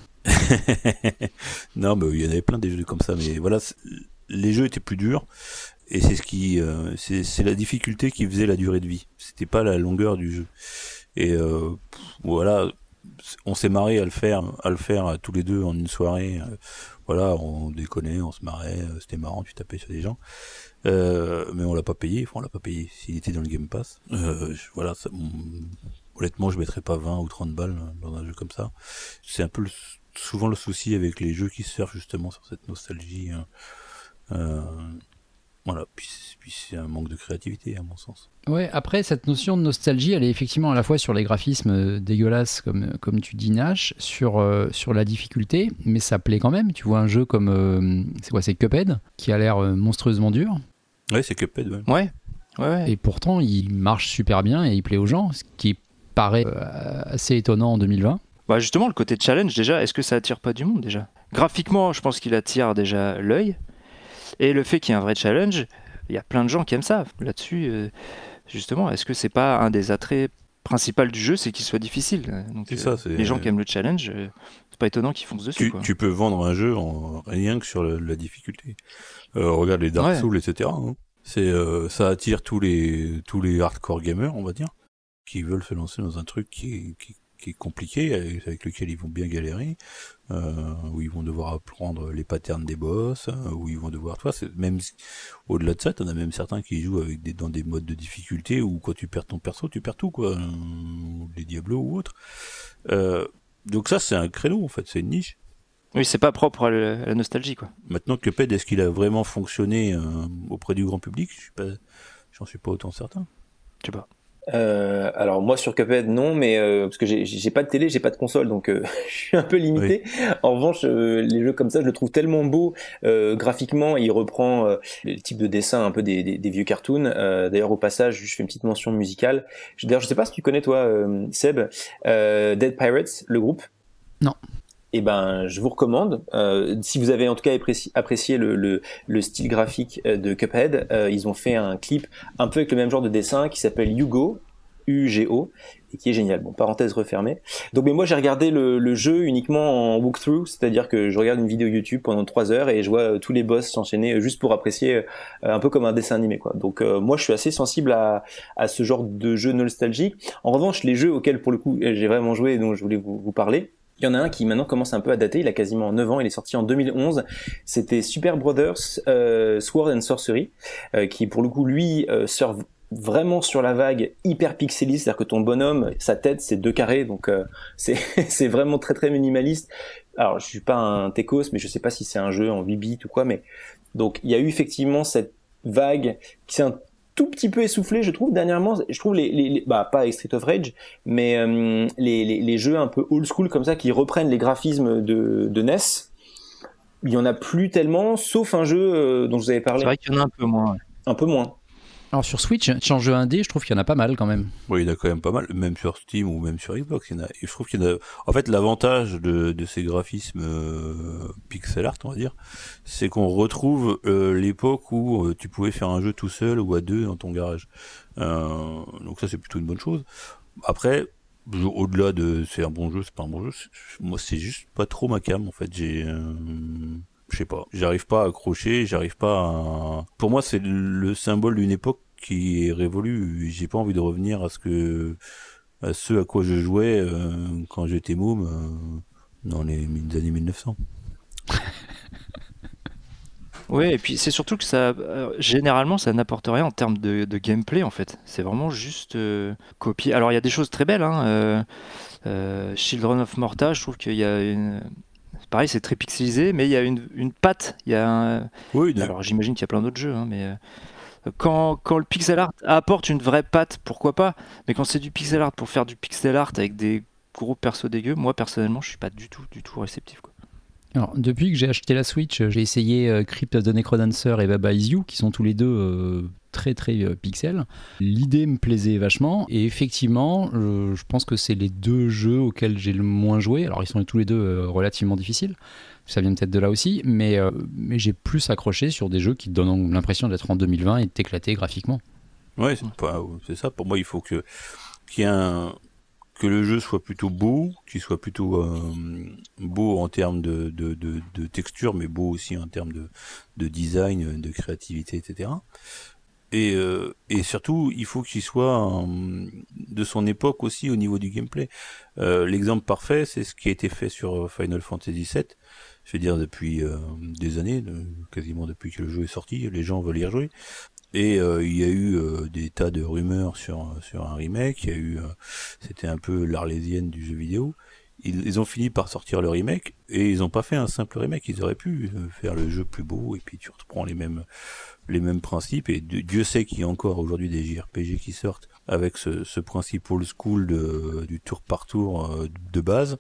Non, mais il y en avait plein des jeux comme ça, mais voilà, les jeux étaient plus durs, et c'est ce qui, euh, c'est, c'est la difficulté qui faisait la durée de vie. C'était pas la longueur du jeu. Et euh, voilà, on s'est marré à le faire, à le faire tous les deux en une soirée. Voilà, on déconnait, on se marrait, c'était marrant, tu tapais sur des gens. Euh, mais on l'a pas payé, enfin on l'a pas payé s'il était dans le Game Pass. Euh, voilà, ça, on, honnêtement, je mettrais pas vingt ou trente balles dans un jeu comme ça. C'est un peu le, souvent le souci avec les jeux qui surfent justement sur cette nostalgie. Hein. Euh, voilà, puis, puis c'est un manque de créativité à mon sens. Ouais, après cette notion de nostalgie, elle est effectivement à la fois sur les graphismes dégueulasses comme, comme tu dis Nash, sur, euh, sur la difficulté, mais ça plaît quand même. Tu vois un jeu comme, euh, c'est quoi, c'est Cuphead, qui a l'air monstrueusement dur. Ouais, c'est Cuphead, ouais. Ouais. Ouais, ouais. Et pourtant, il marche super bien et il plaît aux gens, ce qui paraît euh, assez étonnant en deux mille vingt. Bah justement, le côté challenge, déjà, est-ce que ça attire pas du monde déjà ? Graphiquement, je pense qu'il attire déjà l'œil. Et le fait qu'il y ait un vrai challenge, il y a plein de gens qui aiment ça. Là-dessus, euh, justement, est-ce que c'est pas un des attraits principaux du jeu, c'est qu'il soit difficile ? Donc, c'est euh, ça, c'est... les gens qui aiment le challenge, euh, c'est pas étonnant qu'ils foncent dessus. Tu, quoi. tu peux vendre un jeu en rien que sur le, la difficulté. Euh, regarde les Dark ouais. Souls, et cetera. Hein. C'est, euh, ça attire tous les tous les hardcore gamers, on va dire, qui veulent se lancer dans un truc qui est, qui, qui est compliqué, avec, avec lequel ils vont bien galérer, euh, où ils vont devoir apprendre les patterns des boss, où ils vont devoir, toi, c'est même au-delà de ça, t'en as même certains qui jouent avec des dans des modes de difficulté où quand tu perds ton perso, tu perds tout, quoi, euh, les Diablos ou autres. Euh, donc ça, c'est un créneau en fait, c'est une niche. Oui, c'est pas propre à la, à la nostalgie, quoi. Maintenant, Cuphead, est-ce qu'il a vraiment fonctionné euh, auprès du grand public? Je suis pas, j'en suis pas autant certain. Je sais pas. Euh, alors moi sur Cuphead non, mais euh, parce que j'ai, j'ai pas de télé, j'ai pas de console, donc euh, je suis un peu limité. Oui. En revanche, euh, les jeux comme ça, je le trouve tellement beau euh, graphiquement. Il reprend euh, le type de dessin un peu des, des, des vieux cartoons. Euh, d'ailleurs, au passage, je fais une petite mention musicale. Je, d'ailleurs, je sais pas si tu connais toi, euh, Seb, euh, Dead Pirates, le groupe. Non. Eh ben, je vous recommande. Euh, si vous avez en tout cas apprécié, apprécié le, le, le style graphique de Cuphead, euh, ils ont fait un clip un peu avec le même genre de dessin qui s'appelle Hugo, U G O, et qui est génial. Bon, parenthèse refermée. Donc, mais moi, j'ai regardé le, le jeu uniquement en walkthrough, c'est-à-dire que je regarde une vidéo YouTube pendant trois heures et je vois euh, tous les boss s'enchaîner juste pour apprécier, euh, un peu comme un dessin animé, quoi. Donc, euh, moi, je suis assez sensible à, à ce genre de jeu nostalgique. En revanche, les jeux auxquels, pour le coup, j'ai vraiment joué et dont je voulais vous, vous parler, il y en a un qui maintenant commence un peu à dater, il a quasiment neuf ans, il est sorti en deux mille onze, c'était Super Brothers euh, Sword and Sorcery, euh, qui pour le coup lui euh, surfe vraiment sur la vague hyper pixeliste, c'est-à-dire que ton bonhomme, sa tête c'est deux carrés, donc euh, c'est, c'est vraiment très très minimaliste. Alors je suis pas un techos, mais je sais pas si c'est un jeu en huit bits ou quoi, mais donc il y a eu effectivement cette vague qui s'est un tout petit peu essoufflé, je trouve, dernièrement. Je trouve les, les, les bah pas avec Street of Rage, mais euh, les, les, les jeux un peu old school comme ça qui reprennent les graphismes de, de N E S, il y en a plus tellement, sauf un jeu euh, dont je vous avais parlé. C'est vrai qu'il y en a un peu moins. Ouais. Un peu moins. Alors sur Switch, en jeu indé, je trouve qu'il y en a pas mal quand même. Oui, il y en a quand même pas mal, même sur Steam ou même sur Xbox. Il y en a, je trouve qu'il y en a. En fait, l'avantage de, de ces graphismes euh, pixel art, on va dire, c'est qu'on retrouve euh, l'époque où euh, tu pouvais faire un jeu tout seul ou à deux dans ton garage. Euh, donc ça, c'est plutôt une bonne chose. Après, au-delà de c'est un bon jeu, c'est pas un bon jeu. C'est, moi, c'est juste pas trop ma cam. En fait, j'ai. Euh, je sais pas, j'arrive pas à accrocher, j'arrive pas à... Pour moi, c'est le symbole d'une époque qui est révolue. J'ai pas envie de revenir à ce que, à ce à quoi je jouais euh, quand j'étais môme euh, dans les années mille neuf cents. Oui, et puis c'est surtout que ça, euh, généralement, ça n'apporte rien en termes de, de gameplay en fait. C'est vraiment juste euh, copier. Alors il y a des choses très belles, hein. Euh, euh, Children of Morta, je trouve qu'il y a une pareil, c'est très pixelisé, mais il y a une, une patte. Il y a un... Oui, de... Alors j'imagine qu'il y a plein d'autres jeux, hein, mais euh, quand, quand le pixel art apporte une vraie patte, pourquoi pas. Mais quand c'est du pixel art pour faire du pixel art avec des gros persos dégueux, moi personnellement, je suis pas du tout, du tout réceptif, quoi. Alors, depuis que j'ai acheté la Switch, j'ai essayé euh, Crypt of the Necrodancer et Baba Is You, qui sont tous les deux euh, très très euh, pixels. L'idée me plaisait vachement, et effectivement, euh, je pense que c'est les deux jeux auxquels j'ai le moins joué. Alors, ils sont tous les deux euh, relativement difficiles, ça vient peut-être de là aussi, mais, euh, mais j'ai plus accroché sur des jeux qui te donnent l'impression d'être en deux mille vingt et de t'éclater graphiquement. Ouais, c'est, pas, c'est ça. Pour moi, il faut que, qu'il y ait un... que le jeu soit plutôt beau, qu'il soit plutôt euh, beau en termes de, de, de, de texture, mais beau aussi en termes de, de design, de créativité, et cetera. Et, euh, et surtout, il faut qu'il soit euh, de son époque aussi au niveau du gameplay. Euh, l'exemple parfait, c'est ce qui a été fait sur Final Fantasy sept. Je veux dire, depuis euh, des années, de, quasiment depuis que le jeu est sorti, les gens veulent y rejouer. Et euh, il y a eu euh, des tas de rumeurs sur sur un remake. Il y a eu, euh, c'était un peu l'Arlésienne du jeu vidéo. Ils, ils ont fini par sortir le remake et ils ont pas fait un simple remake. Ils auraient pu faire le jeu plus beau et puis tu reprends les mêmes les mêmes principes. Et Dieu sait qu'il y a encore aujourd'hui des J R P G qui sortent avec ce, ce principe old school de, du tour par tour euh, de base.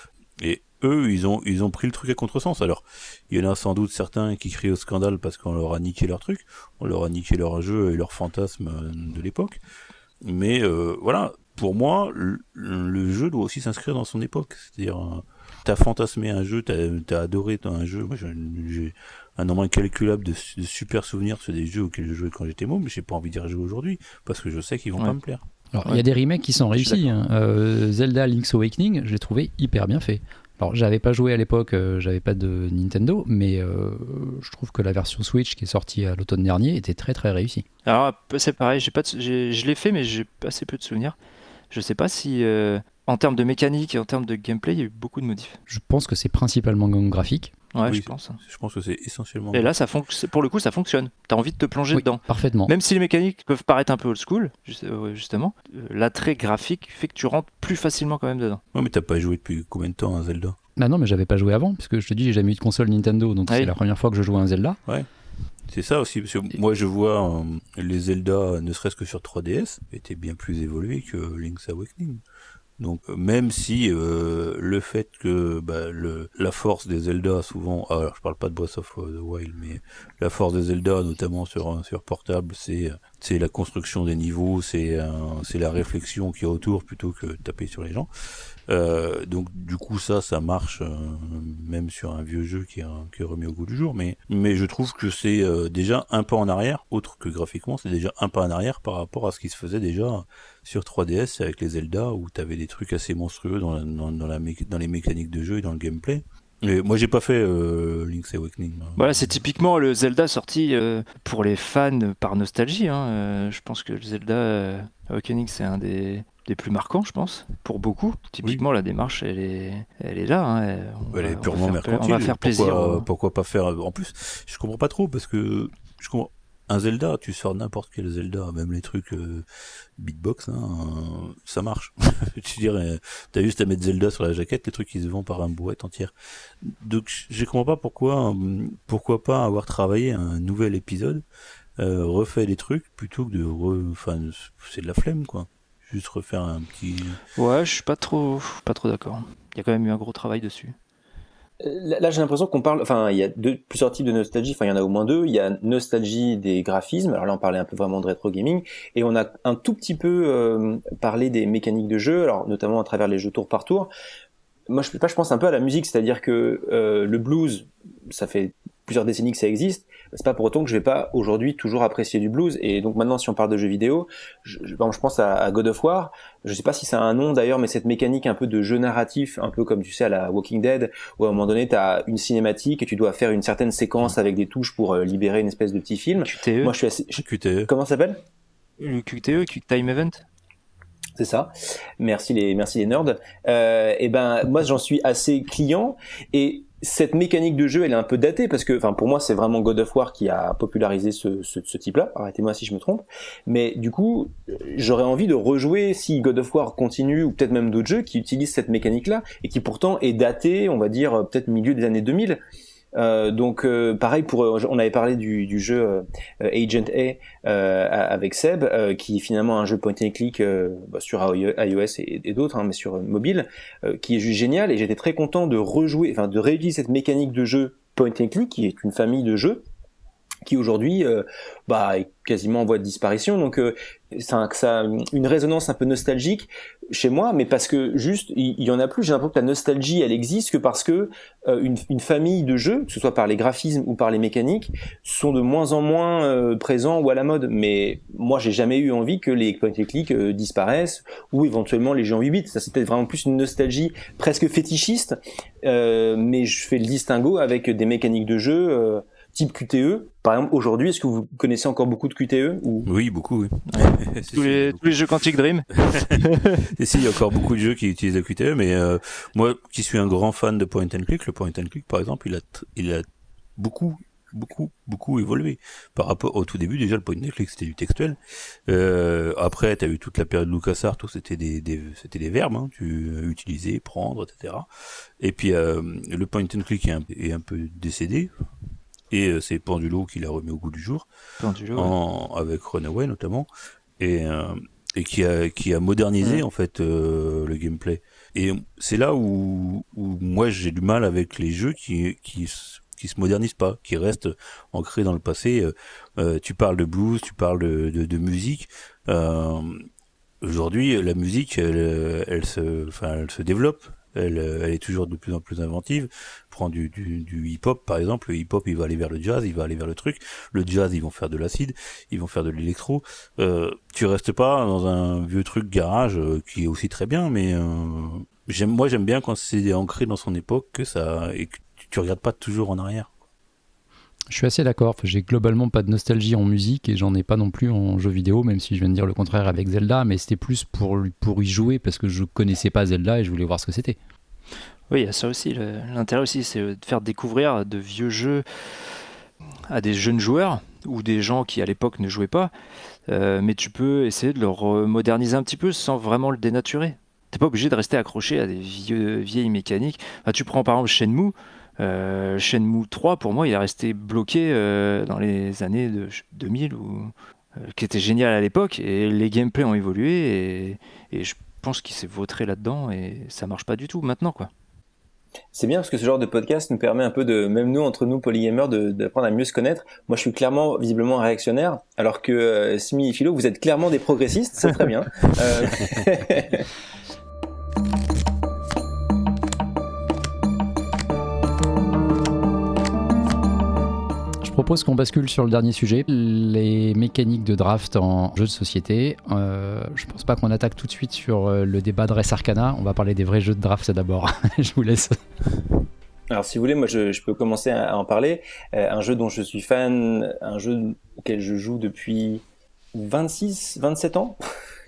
Et eux, ils ont, ils ont pris le truc à contresens. Alors, il y en a sans doute certains qui crient au scandale parce qu'on leur a niqué leur truc, on leur a niqué leur jeu et leur fantasme de l'époque. Mais euh, voilà, pour moi, le, le jeu doit aussi s'inscrire dans son époque. C'est-à-dire, euh, t'as fantasmé un jeu, t'as, t'as adoré un jeu. Moi, j'ai, j'ai un nombre incalculable de, de super souvenirs sur des jeux auxquels je jouais quand j'étais môme, mais j'ai pas envie d'y rejouer aujourd'hui parce que je sais qu'ils vont Ouais. pas me plaire. Alors, il Ouais. y a des remakes qui sont réussis. Hein. Euh, Zelda Link's Awakening, je l'ai trouvé hyper bien fait. Alors, j'avais pas joué à l'époque, euh, j'avais pas de Nintendo, mais euh, je trouve que la version Switch qui est sortie à l'automne dernier était très très réussie. Alors c'est pareil, j'ai pas de, j'ai, je l'ai fait, mais j'ai assez peu de souvenirs. Je sais pas si, euh, en termes de mécanique et en termes de gameplay, il y a eu beaucoup de modifs. Je pense que c'est principalement graphique. Ouais, Oui, je pense. Je pense que c'est essentiellement. Et là, ça fonc- pour le coup, ça fonctionne. T'as envie de te plonger Oui, dedans. parfaitement. Même si les mécaniques peuvent paraître un peu old school, juste- euh, justement, euh, l'attrait graphique fait que tu rentres plus facilement quand même dedans. Ouais, mais t'as pas joué depuis combien de temps à Zelda? Bah non, mais j'avais pas joué avant, puisque je te dis, j'ai jamais eu de console Nintendo, donc Ah c'est oui. la première fois que je joue à un Zelda. C'est ça aussi, parce que moi je vois euh, les Zelda, ne serait-ce que sur trois D S, étaient bien plus évolués que Link's Awakening. Donc euh, même si euh, le fait que bah, le, la force des Zelda souvent, alors je parle pas de Breath of the Wild, mais la force des Zelda notamment sur sur portable, c'est c'est la construction des niveaux, c'est euh, c'est la réflexion qu'il y a autour plutôt que de taper sur les gens. Euh, donc du coup ça ça marche euh, même sur un vieux jeu qui est, qui est remis au goût du jour, mais mais je trouve que c'est euh, déjà un pas en arrière, autre que graphiquement, c'est déjà un pas en arrière par rapport à ce qui se faisait déjà sur trois D S avec les Zelda, où t'avais des trucs assez monstrueux dans, la, dans, dans, la mé- dans les mécaniques de jeu et dans le gameplay. Et moi j'ai pas fait euh, Link's Awakening. Voilà, c'est typiquement le Zelda sorti euh, pour les fans par nostalgie. Hein. Euh, je pense que le Zelda euh, Awakening, c'est un des, des plus marquants, je pense, pour beaucoup. Typiquement, la démarche, elle est, elle est là. Hein. Elle, on Elle va- est on purement va faire- mercantile. On va faire plaisir. Pourquoi, aux- pourquoi pas faire... En plus, je comprends pas trop, parce que je comprends... un Zelda, tu sors n'importe quel Zelda, même les trucs euh, beatbox, hein, euh, ça marche. Tu dirais, t'as juste à mettre Zelda sur la jaquette, les trucs ils se vendent par un boîte entière. Donc je comprends pas pourquoi, euh, pourquoi pas avoir travaillé un nouvel épisode, euh, refait des trucs plutôt que de, re... enfin, c'est de la flemme quoi. Juste refaire un petit. Ouais, je suis pas trop, pas trop d'accord. Il y a quand même eu un gros travail dessus. Là, là, j'ai l'impression qu'on parle, enfin, il y a deux, plusieurs types de nostalgie, enfin, il y en a au moins deux. Il y a nostalgie des graphismes, alors là, on parlait un peu vraiment de rétro gaming, et on a un tout petit peu euh, parlé des mécaniques de jeu, alors notamment à travers les jeux tour par tour. Moi, je, je pense un peu à la musique, c'est-à-dire que euh, le blues, ça fait plusieurs décennies que ça existe. C'est pas pour autant que je vais pas aujourd'hui toujours apprécier du blues. Et donc maintenant, si on parle de jeux vidéo, je, je, je pense à, à God of War. Je sais pas si ça a un nom d'ailleurs, mais cette mécanique un peu de jeu narratif, un peu comme tu sais à la Walking Dead, où à un moment donné, tu as une cinématique et tu dois faire une certaine séquence avec des touches pour euh, libérer une espèce de petit film. Q T E. Moi, je suis assez. Je, Q T E. comment ça s'appelle? Le Q T E, Quick Time Event. C'est ça. Merci les, merci les nerds. Euh, et ben, moi, j'en suis assez client. Et cette mécanique de jeu, elle est un peu datée parce que, enfin, pour moi, c'est vraiment God of War qui a popularisé ce, ce, ce type-là. Arrêtez-moi si je me trompe. Mais du coup, j'aurais envie de rejouer si God of War continue ou peut-être même d'autres jeux qui utilisent cette mécanique-là et qui pourtant est datée, on va dire, peut-être milieu des années deux mille. Euh, donc euh, pareil pour on avait parlé du, du jeu euh, Agent A euh, avec Seb euh, qui est finalement un jeu point and click euh, bah, sur iOS et, et d'autres hein, mais sur mobile euh, qui est juste génial et j'étais très content de rejouer enfin de réutiliser cette mécanique de jeu point and click qui est une famille de jeux qui aujourd'hui euh, bah est quasiment en voie de disparition donc euh, ça, ça a une résonance un peu nostalgique chez moi mais parce que juste il, il y en a plus j'ai l'impression que la nostalgie elle existe que parce que euh, une, une famille de jeux que ce soit par les graphismes ou par les mécaniques sont de moins en moins euh, présents ou à la mode mais moi j'ai jamais eu envie que les point and click euh, disparaissent ou éventuellement les jeux en huit bits ça c'est peut-être vraiment plus une nostalgie presque fétichiste euh, mais je fais le distinguo avec des mécaniques de jeu euh, type Q T E, par exemple, aujourd'hui, est-ce que vous connaissez encore beaucoup de Q T E ou... Oui, beaucoup, oui. Ouais. tous, les, tous les jeux Quantic Dream. Et si, il y a encore beaucoup de jeux qui utilisent le Q T E, mais euh, moi, qui suis un grand fan de point and click, le point and click, par exemple, il a, il a beaucoup, beaucoup, beaucoup évolué. Par rapport au tout début, déjà, le point and click, c'était du textuel. Euh, après, t'as eu toute la période LucasArts où c'était des, des, c'était des verbes, hein, tu utilisais, prendre, et cetera. Et puis, euh, le point and click est un, est un peu décédé. Et euh, c'est Pendulo qui l'a remis au goût du jour, Pendulo, en, ouais. avec Runaway notamment, et, euh, et qui a qui a modernisé mmh. en fait euh, le gameplay. Et c'est là où, où moi j'ai du mal avec les jeux qui qui qui se modernisent pas, qui restent ancrés dans le passé. Euh, tu parles de blues, tu parles de de, de musique. Euh, aujourd'hui, la musique, elle, elle se, enfin, elle se développe. Elle, elle est toujours de plus en plus inventive. Prends du, du, du hip-hop, par exemple. Le hip-hop, il va aller vers le jazz, il va aller vers le truc. Le jazz, ils vont faire de l'acide, ils vont faire de l'électro. Euh, tu restes pas dans un vieux truc garage euh, qui est aussi très bien, mais euh, j'aime, moi, j'aime bien quand c'est ancré dans son époque que ça et que tu, tu regardes pas toujours en arrière. Je suis assez d'accord, j'ai globalement pas de nostalgie en musique et j'en ai pas non plus en jeu vidéo, même si je viens de dire le contraire avec Zelda, mais c'était plus pour, pour y jouer parce que je connaissais pas Zelda et je voulais voir ce que c'était. Oui, il y a ça aussi, le, l'intérêt aussi c'est de faire découvrir de vieux jeux à des jeunes joueurs ou des gens qui à l'époque ne jouaient pas, euh, mais tu peux essayer de le moderniser un petit peu sans vraiment le dénaturer. T'es pas obligé de rester accroché à des vieux, vieilles mécaniques. Enfin, tu prends par exemple Shenmue. Euh, Shenmue trois, pour moi, il est resté bloqué euh, dans les années de deux mille, ou, euh, qui était génial à l'époque. Et les gameplays ont évolué. Et, et je pense qu'il s'est vautré là-dedans. Et ça marche pas du tout maintenant, quoi. C'est bien parce que ce genre de podcast nous permet un peu de, même nous, entre nous, polygamers, de, d'apprendre à mieux se connaître. Moi, je suis clairement, visiblement, un réactionnaire, alors que euh, Simi et Philo, vous êtes clairement des progressistes, c'est très bien. Euh... Je propose qu'on bascule sur le dernier sujet, les mécaniques de draft en jeu de société. Euh, je pense pas qu'on attaque tout de suite sur le débat de Res Arcana. On va parler des vrais jeux de draft d'abord. Je vous laisse. Alors, si vous voulez, moi, je, je peux commencer à en parler. Euh, un jeu dont je suis fan, un jeu auquel je joue depuis vingt-six, vingt-sept ans.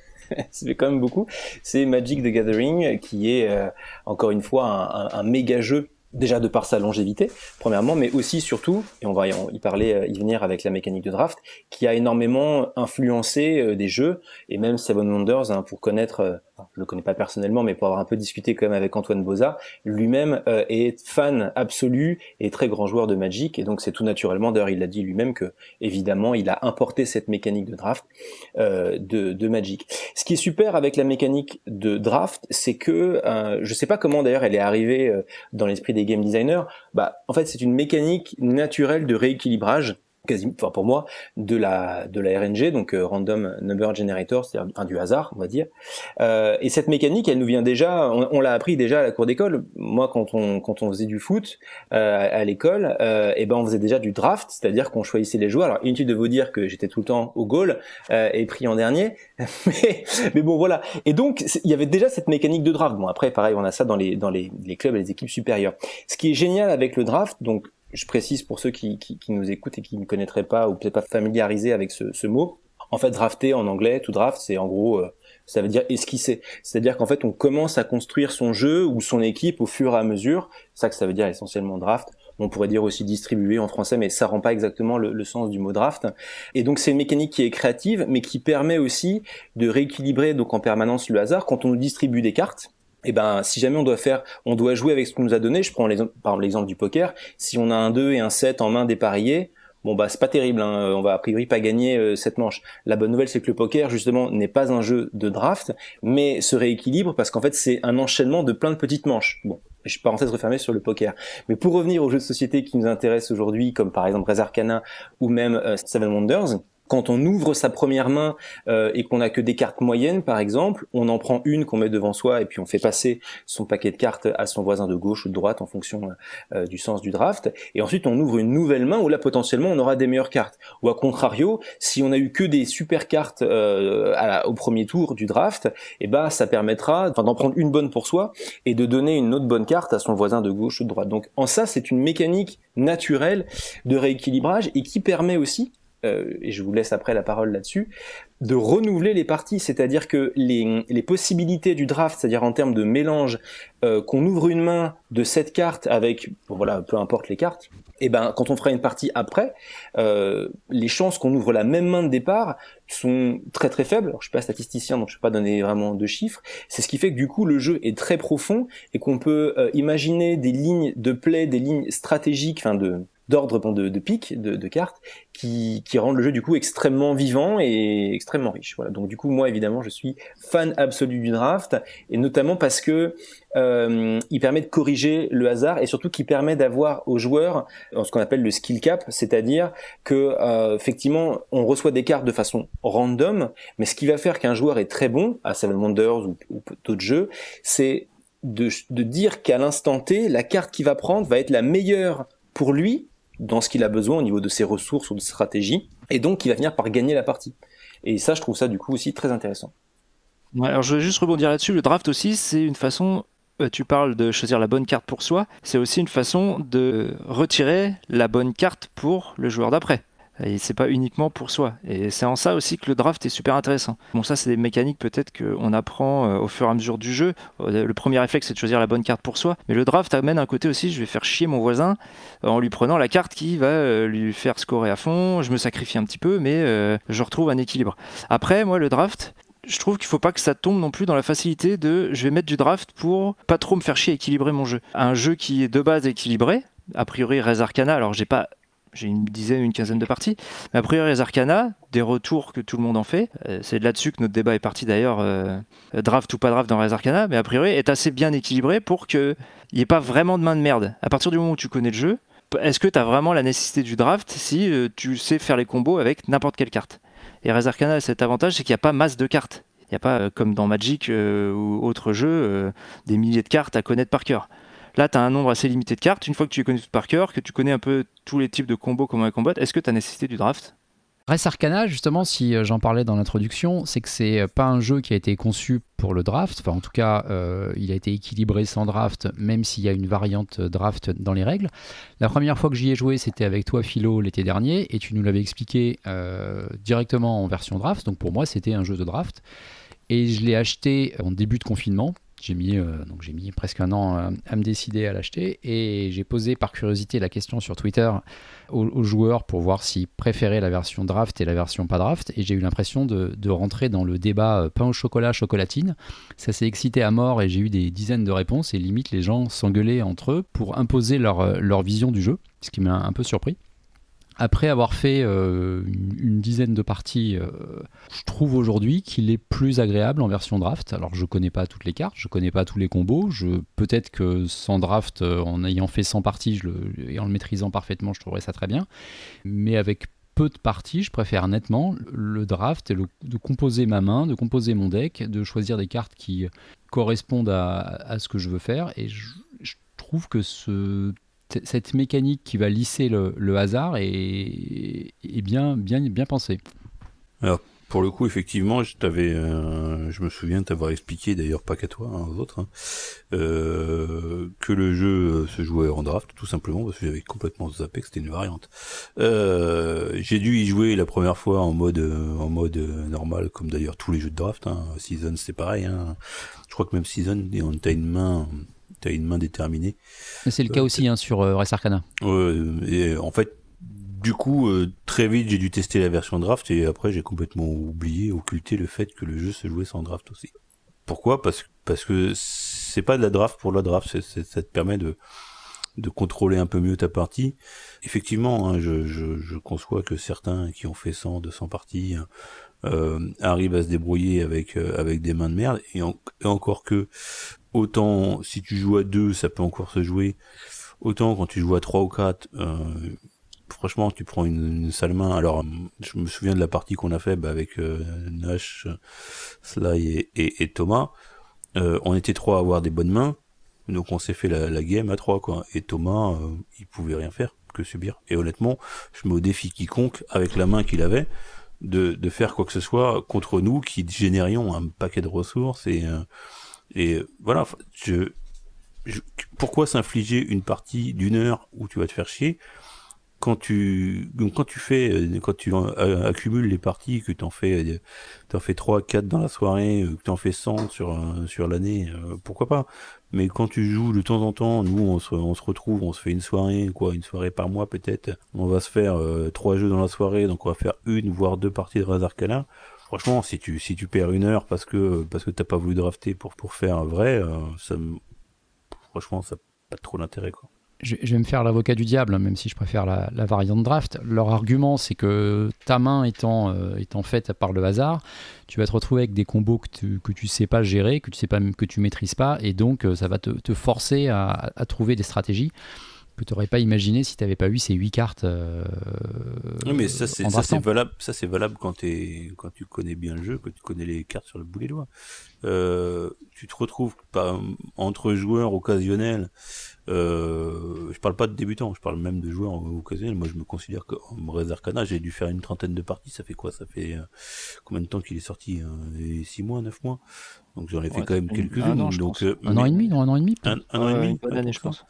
Ça fait quand même beaucoup. C'est Magic the Gathering, qui est, euh, encore une fois, un, un, un méga jeu. Déjà de par sa longévité, premièrement, mais aussi, surtout, et on va y parler, y venir avec la mécanique de draft, qui a énormément influencé euh, des jeux, et même Seven Wonders, hein, pour connaître, euh, je le connais pas personnellement, mais pour avoir un peu discuté quand même avec Antoine Boza, lui-même euh, est fan absolu et très grand joueur de Magic, et donc c'est tout naturellement, d'ailleurs il l'a dit lui-même que, évidemment, il a importé cette mécanique de draft euh, de, de Magic. Ce qui est super avec la mécanique de draft, c'est que, euh, je sais pas comment d'ailleurs elle est arrivée euh, dans l'esprit des game designers, bah en fait c'est une mécanique naturelle de rééquilibrage, quasi, enfin pour moi, de la de la R N G, donc euh, Random Number Generator, c'est-à-dire enfin, du hasard, on va dire. Euh, et cette mécanique, elle nous vient déjà, on, on l'a appris déjà à la cour d'école. Moi, quand on quand on faisait du foot euh, à l'école, euh, et ben on faisait déjà du draft, c'est-à-dire qu'on choisissait les joueurs. Alors inutile de vous dire que j'étais tout le temps au goal euh, et pris en dernier, mais mais bon voilà. Et donc il y avait déjà cette mécanique de draft. Bon après, pareil, on a ça dans les dans les, les clubs et les équipes supérieures. Ce qui est génial avec le draft, donc je précise pour ceux qui, qui, qui nous écoutent et qui ne connaîtraient pas ou peut-être pas familiarisés avec ce, ce mot. En fait, drafter en anglais, to draft, c'est en gros, euh, ça veut dire esquisser. C'est-à-dire qu'en fait, on commence à construire son jeu ou son équipe au fur et à mesure. C'est ça que ça veut dire essentiellement draft. On pourrait dire aussi distribuer en français, mais ça rend pas exactement le, le sens du mot draft. Et donc, c'est une mécanique qui est créative, mais qui permet aussi de rééquilibrer donc en permanence le hasard quand on nous distribue des cartes. Et ben, si jamais on doit faire, on doit jouer avec ce qu'on nous a donné, je prends l'exemple, par exemple l'exemple du poker, si on a un deux et un sept en main dépareillés, bon bah c'est pas terrible, hein, on va a priori pas gagner euh, cette manche. La bonne nouvelle c'est que le poker justement n'est pas un jeu de draft, mais se rééquilibre parce qu'en fait c'est un enchaînement de plein de petites manches. Bon, je parenthèse refermée sur le poker. Mais pour revenir aux jeux de société qui nous intéressent aujourd'hui, comme par exemple Res Arcana ou même euh, Seven Wonders, quand on ouvre sa première main euh, et qu'on a que des cartes moyennes, par exemple, on en prend une qu'on met devant soi et puis on fait passer son paquet de cartes à son voisin de gauche ou de droite en fonction euh, du sens du draft. Et ensuite, on ouvre une nouvelle main où là, potentiellement, on aura des meilleures cartes. Ou à contrario, si on a eu que des super cartes euh, à la, au premier tour du draft, eh ben, ça permettra enfin, d'en prendre une bonne pour soi et de donner une autre bonne carte à son voisin de gauche ou de droite. Donc, en ça, c'est une mécanique naturelle de rééquilibrage et qui permet aussi, Euh, et je vous laisse après la parole là-dessus, de renouveler les parties, c'est-à-dire que les, les possibilités du draft, c'est-à-dire en termes de mélange, euh, qu'on ouvre une main de cette carte avec, bon, voilà, peu importe les cartes, et ben quand on fera une partie après, euh, les chances qu'on ouvre la même main de départ sont très très faibles. Alors, je suis pas statisticien, donc je peux pas donner vraiment de chiffres. C'est ce qui fait que du coup le jeu est très profond et qu'on peut euh, imaginer des lignes de play, des lignes stratégiques, enfin de d'ordre de, de pique, de, de cartes, qui, qui rendent le jeu du coup extrêmement vivant et extrêmement riche. Voilà. Donc du coup, moi évidemment, je suis fan absolu du draft, et notamment parce que euh, il permet de corriger le hasard et surtout qu'il permet d'avoir aux joueurs ce qu'on appelle le skill cap, c'est-à-dire que euh, effectivement, on reçoit des cartes de façon random, mais ce qui va faire qu'un joueur est très bon à Seven Wonders ou, ou d'autres jeux, c'est de, de dire qu'à l'instant T, la carte qu'il va prendre va être la meilleure pour lui, dans ce qu'il a besoin au niveau de ses ressources ou de stratégie, et donc il va finir par gagner la partie. Et ça, je trouve ça du coup aussi très intéressant. Ouais, alors je vais juste rebondir là-dessus. Le draft aussi, c'est une façon, euh, tu parles de choisir la bonne carte pour soi, c'est aussi une façon de retirer la bonne carte pour le joueur d'après. Et c'est pas uniquement pour soi. Et c'est en ça aussi que le draft est super intéressant. Bon, ça, c'est des mécaniques peut-être qu'on apprend euh, au fur et à mesure du jeu. Le premier réflexe, c'est de choisir la bonne carte pour soi. Mais le draft amène un côté aussi, je vais faire chier mon voisin euh, en lui prenant la carte qui va euh, lui faire scorer à fond. Je me sacrifie un petit peu, mais euh, je retrouve un équilibre. Après, moi, le draft, je trouve qu'il faut pas que ça tombe non plus dans la facilité de je vais mettre du draft pour pas trop me faire chier à équilibrer mon jeu. Un jeu qui est de base équilibré, a priori Res Arcana, alors j'ai pas j'ai une dizaine, une quinzaine de parties, mais a priori Res Arcana, des retours que tout le monde en fait, euh, c'est là-dessus que notre débat est parti d'ailleurs, euh, draft ou pas draft dans Res Arcana, mais a priori est assez bien équilibré pour qu'il n'y ait pas vraiment de main de merde. À partir du moment où tu connais le jeu, est-ce que tu as vraiment la nécessité du draft si euh, tu sais faire les combos avec n'importe quelle carte? Et Res Arcana a cet avantage, c'est qu'il n'y a pas masse de cartes. Il n'y a pas, euh, comme dans Magic euh, ou autres jeux, euh, des milliers de cartes à connaître par cœur. Là, tu as un nombre assez limité de cartes. Une fois que tu les connais toutes par cœur, que tu connais un peu tous les types de combos, comment les combattre, est-ce que tu as nécessité du draft? Res Arcana, justement, si euh, j'en parlais dans l'introduction, c'est que c'est pas un jeu qui a été conçu pour le draft. Enfin, en tout cas, euh, il a été équilibré sans draft, même s'il y a une variante draft dans les règles. La première fois que j'y ai joué, c'était avec toi, Philo, l'été dernier, et tu nous l'avais expliqué euh, directement en version draft. Donc pour moi, c'était un jeu de draft. Et je l'ai acheté en début de confinement. J'ai mis, euh, donc j'ai mis presque un an euh, à me décider à l'acheter et j'ai posé par curiosité la question sur Twitter aux, aux joueurs pour voir s'ils préféraient la version draft et la version pas draft, et j'ai eu l'impression de, de rentrer dans le débat euh, pain au chocolat, chocolatine. Ça s'est excité à mort et j'ai eu des dizaines de réponses et limite les gens s'engueulaient entre eux pour imposer leur, leur vision du jeu, ce qui m'a un peu surpris. Après avoir fait euh, une, une dizaine de parties, euh, je trouve aujourd'hui qu'il est plus agréable en version draft. Alors je connais pas toutes les cartes, je connais pas tous les combos. Je, peut-être que sans draft, euh, en ayant fait cent parties je le, et en le maîtrisant parfaitement, je trouverais ça très bien. Mais avec peu de parties, je préfère nettement le draft, et le, de composer ma main, de composer mon deck, de choisir des cartes qui correspondent à, à ce que je veux faire. Et je, je trouve que ce... cette mécanique qui va lisser le, le hasard est, est bien, bien, bien pensée. Alors, pour le coup, effectivement, je t'avais, euh, je me souviens t'avoir expliqué, d'ailleurs pas qu'à toi, hein, aux autres, hein, euh, que le jeu se jouait en draft, tout simplement parce que j'avais complètement zappé que c'était une variante. Euh, j'ai dû y jouer la première fois en mode, euh, en mode euh, normal, comme d'ailleurs tous les jeux de draft. Hein. Season, c'est pareil. Hein. Je crois que même Season, t'as une main. T'as une main déterminée. C'est le cas euh, aussi hein, sur euh, Res Arcana. Euh, et en fait, du coup, euh, très vite, j'ai dû tester la version draft et après, j'ai complètement oublié, occulté le fait que le jeu se jouait sans draft aussi. Pourquoi ? Parce, parce que c'est pas de la draft pour la draft, c'est, c'est, ça te permet de, de contrôler un peu mieux ta partie. Effectivement, hein, je, je, je conçois que certains qui ont fait cent, deux cents parties euh, arrivent à se débrouiller avec, euh, avec des mains de merde, et, en, et encore que autant si tu joues à deux, ça peut encore se jouer. Autant quand tu joues à trois ou quatre, euh, franchement, tu prends une, une sale main. Alors, je me souviens de la partie qu'on a fait bah, avec euh, Nash, Sly et, et, et Thomas. Euh, on était trois à avoir des bonnes mains, donc on s'est fait la, la game à trois, quoi. Et Thomas, euh, il pouvait rien faire que subir. Et honnêtement, je mets au défi quiconque, avec la main qu'il avait, de, de faire quoi que ce soit contre nous, qui générions un paquet de ressources et... Euh, Et voilà, je, je, pourquoi s'infliger une partie d'une heure où tu vas te faire chier quand tu, quand tu fais, quand tu accumules les parties, que t'en fais, t'en fais trois, quatre dans la soirée, que t'en fais cent sur, sur l'année, pourquoi pas? Mais quand tu joues de temps en temps, nous on se, on se retrouve, on se fait une soirée, quoi, une soirée par mois peut-être, on va se faire euh, trois jeux dans la soirée, donc on va faire une voire deux parties de Res Arcana. Franchement, si tu si tu perds une heure parce que parce que t'as pas voulu drafter pour pour faire vrai, euh, ça me... franchement ça n'a pas trop d'intérêt quoi. Je, je vais me faire l'avocat du diable, même si je préfère la, la variante draft. Leur argument, c'est que ta main étant euh, étant faite par le hasard, tu vas te retrouver avec des combos que tu que tu sais pas gérer, que tu sais pas que tu maîtrises pas, et donc ça va te, te forcer à, à trouver des stratégies que tu n'aurais pas imaginé si tu n'avais pas eu ces huit cartes euh, oui, mais ça c'est, ça c'est valable, ça c'est valable quand, t'es, quand tu connais bien le jeu, que tu connais les cartes sur le bout des doigts. Euh, tu te retrouves par, entre joueurs occasionnels, euh, je parle pas de débutants, je parle même de joueurs occasionnels. Moi je me considère qu'en Res Arcana j'ai dû faire une trentaine de parties, ça fait quoi? Ça fait euh, combien de temps qu'il est sorti? euh, six mois, neuf mois? Donc j'en ai fait ouais, quand même quelques-unes. Un an, donc, euh, un an et demi, non, un an et demi un, un an et demi, une bonne année je pense.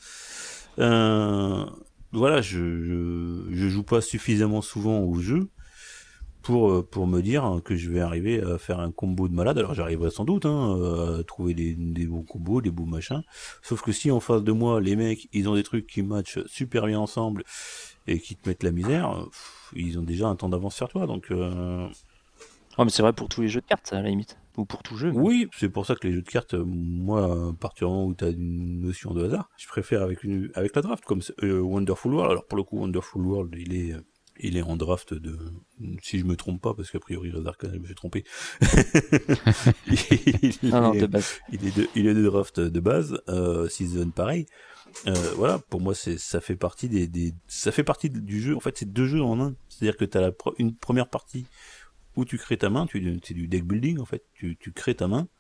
Euh, voilà, je, je je joue pas suffisamment souvent au jeu pour pour me dire que je vais arriver à faire un combo de malade. Alors j'arriverai sans doute hein, à trouver des, des bons combos, des beaux machins. Sauf que si en face de moi les mecs ils ont des trucs qui matchent super bien ensemble et qui te mettent la misère, pff, ils ont déjà un temps d'avance sur toi. Donc euh, Oh, mais c'est vrai pour tous les jeux de cartes, à la limite. Ou pour tout jeu. Oui, c'est pour ça que les jeux de cartes, moi, à partir du moment où tu as une notion de hasard, je préfère avec, une, avec la draft, comme euh, Wonderful World. Alors pour le coup, Wonderful World, il est, il est en draft de... Si je me trompe pas, parce qu'a priori, Res Arcana, je me suis trompé. il, ah non, est, de base. Il est de, il est de draft de base, euh, Season pareil. Euh, voilà, pour moi, c'est, ça fait partie des, des, ça fait partie du jeu. En fait, c'est deux jeux en un. C'est-à-dire que tu as la, une première partie où tu crées ta main, tu, c'est du deck building en fait, tu, tu crées ta main,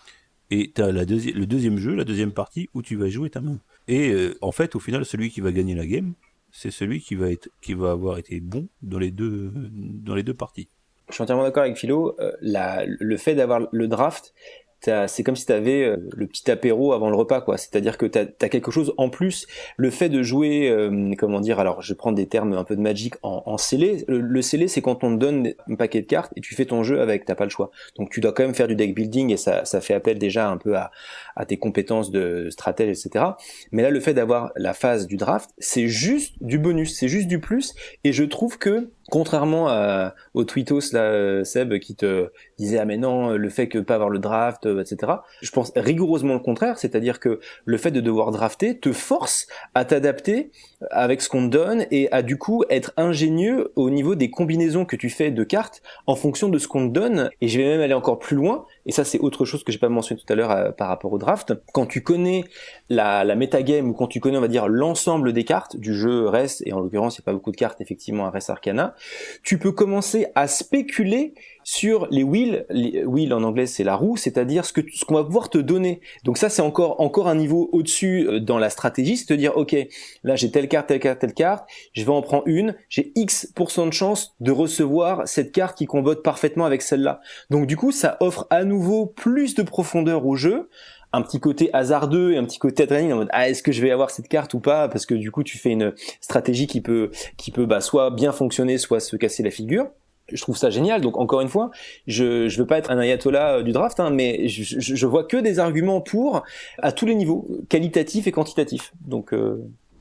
et tu as la deuxi- le deuxième jeu, la deuxième partie, où tu vas jouer ta main. Et euh, en fait, au final, celui qui va gagner la game, c'est celui qui va, être, qui va avoir été bon dans les deux, dans les deux parties. Je suis entièrement d'accord avec Philo, euh, la, le fait d'avoir le draft, t'as, c'est comme si tu avais euh, le petit apéro avant le repas, quoi. C'est-à-dire que tu as quelque chose en plus. Le fait de jouer, euh, comment dire, alors je prends des termes un peu de Magic en, en scellé. Le, le scellé, c'est quand on te donne un paquet de cartes et tu fais ton jeu avec, t'as pas le choix. Donc tu dois quand même faire du deck building et ça, ça fait appel déjà un peu à, à tes compétences de stratège, et cetera. Mais là, le fait d'avoir la phase du draft, c'est juste du bonus, c'est juste du plus. Et je trouve que, contrairement à, aux tweetos là, Seb, qui te disait ah mais non, le fait que pas avoir le draft, et cetera. Je pense rigoureusement le contraire, c'est-à-dire que le fait de devoir drafter te force à t'adapter avec ce qu'on te donne et à du coup être ingénieux au niveau des combinaisons que tu fais de cartes en fonction de ce qu'on te donne. Et je vais même aller encore plus loin. Et ça, c'est autre chose que j'ai pas mentionné tout à l'heure euh, par rapport au draft. Quand tu connais la, la metagame ou quand tu connais, on va dire, l'ensemble des cartes du jeu Res, et en l'occurrence, il n'y a pas beaucoup de cartes effectivement à Res Arcana, tu peux commencer à spéculer sur les wheels. Les wheels en anglais, c'est la roue, c'est-à-dire ce que ce qu'on va pouvoir te donner. Donc ça, c'est encore encore un niveau au-dessus euh, dans la stratégie, c'est de dire ok, là j'ai telle carte, telle carte, telle carte, je vais en prendre une, j'ai X pour cent de chance de recevoir cette carte qui combote parfaitement avec celle-là. Donc du coup, ça offre à nouveau plus de profondeur au jeu, un petit côté hasardeux et un petit côté adrénaline en mode ah est-ce que je vais avoir cette carte ou pas, parce que du coup tu fais une stratégie qui peut qui peut bah soit bien fonctionner, soit se casser la figure. Je trouve ça génial. Donc encore une fois, je je veux pas être un ayatollah du draft, hein, mais je, je, je vois que des arguments pour à tous les niveaux, qualitatifs et quantitatifs. Donc euh...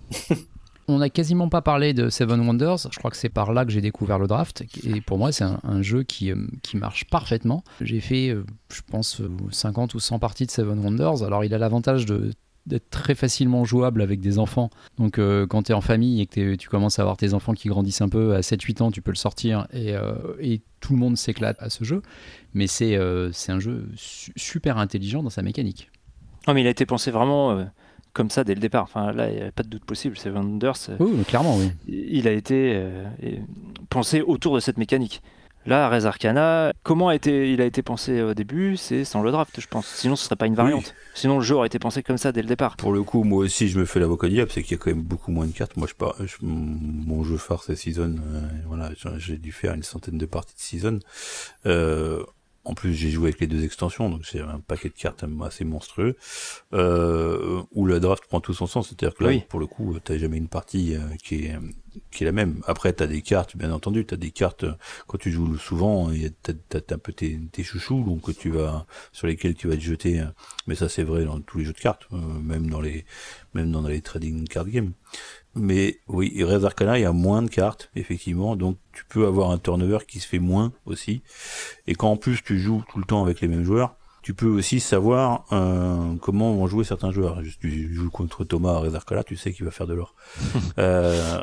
On n'a quasiment pas parlé de Seven Wonders. Je crois que c'est par là que j'ai découvert le draft. Et pour moi, c'est un, un jeu qui, euh, qui marche parfaitement. J'ai fait, euh, je pense, euh, cinquante ou cent parties de Seven Wonders. Alors, il a l'avantage de, d'être très facilement jouable avec des enfants. Donc, euh, quand tu es en famille et que tu commences à avoir tes enfants qui grandissent un peu, à sept huit ans, tu peux le sortir. Et, euh, et tout le monde s'éclate à ce jeu. Mais c'est, euh, c'est un jeu su- super intelligent dans sa mécanique. Non, mais il a été pensé vraiment... Euh... comme ça dès le départ. Enfin, là, il n'y a pas de doute possible. C'est Wonders. Oui, mais clairement, oui. Il a été euh, pensé autour de cette mécanique. Là, Res Arcana, comment a été, il a été pensé au début? C'est sans le draft, je pense. Sinon, ce ne serait pas une variante. Oui. Sinon, le jeu aurait été pensé comme ça dès le départ. Pour le coup, moi aussi, je me fais l'avocat du diable, c'est qu'il y a quand même beaucoup moins de cartes. Moi, je pars, je, mon jeu phare, c'est Season. Euh, voilà, j'ai dû faire une centaine de parties de Season. Euh, En plus, j'ai joué avec les deux extensions, donc c'est un paquet de cartes assez monstrueux, euh, où le draft prend tout son sens. C'est-à-dire que là, oui. Pour le coup, t'as jamais une partie euh, qui est qui est la même. Après, t'as des cartes, bien entendu, t'as des cartes, quand tu joues souvent, t'as, t'as, t'as un peu tes, tes chouchous, donc tu vas, sur lesquels tu vas te jeter, mais ça c'est vrai dans tous les jeux de cartes, euh, même dans les, même dans les trading card games. Mais oui, Res Arcana, il y a moins de cartes, effectivement, donc tu peux avoir un turnover qui se fait moins aussi. Et quand en plus tu joues tout le temps avec les mêmes joueurs, tu peux aussi savoir euh, comment vont jouer certains joueurs. Tu joues contre Thomas à Res Arcana, tu sais qu'il va faire de l'or. euh...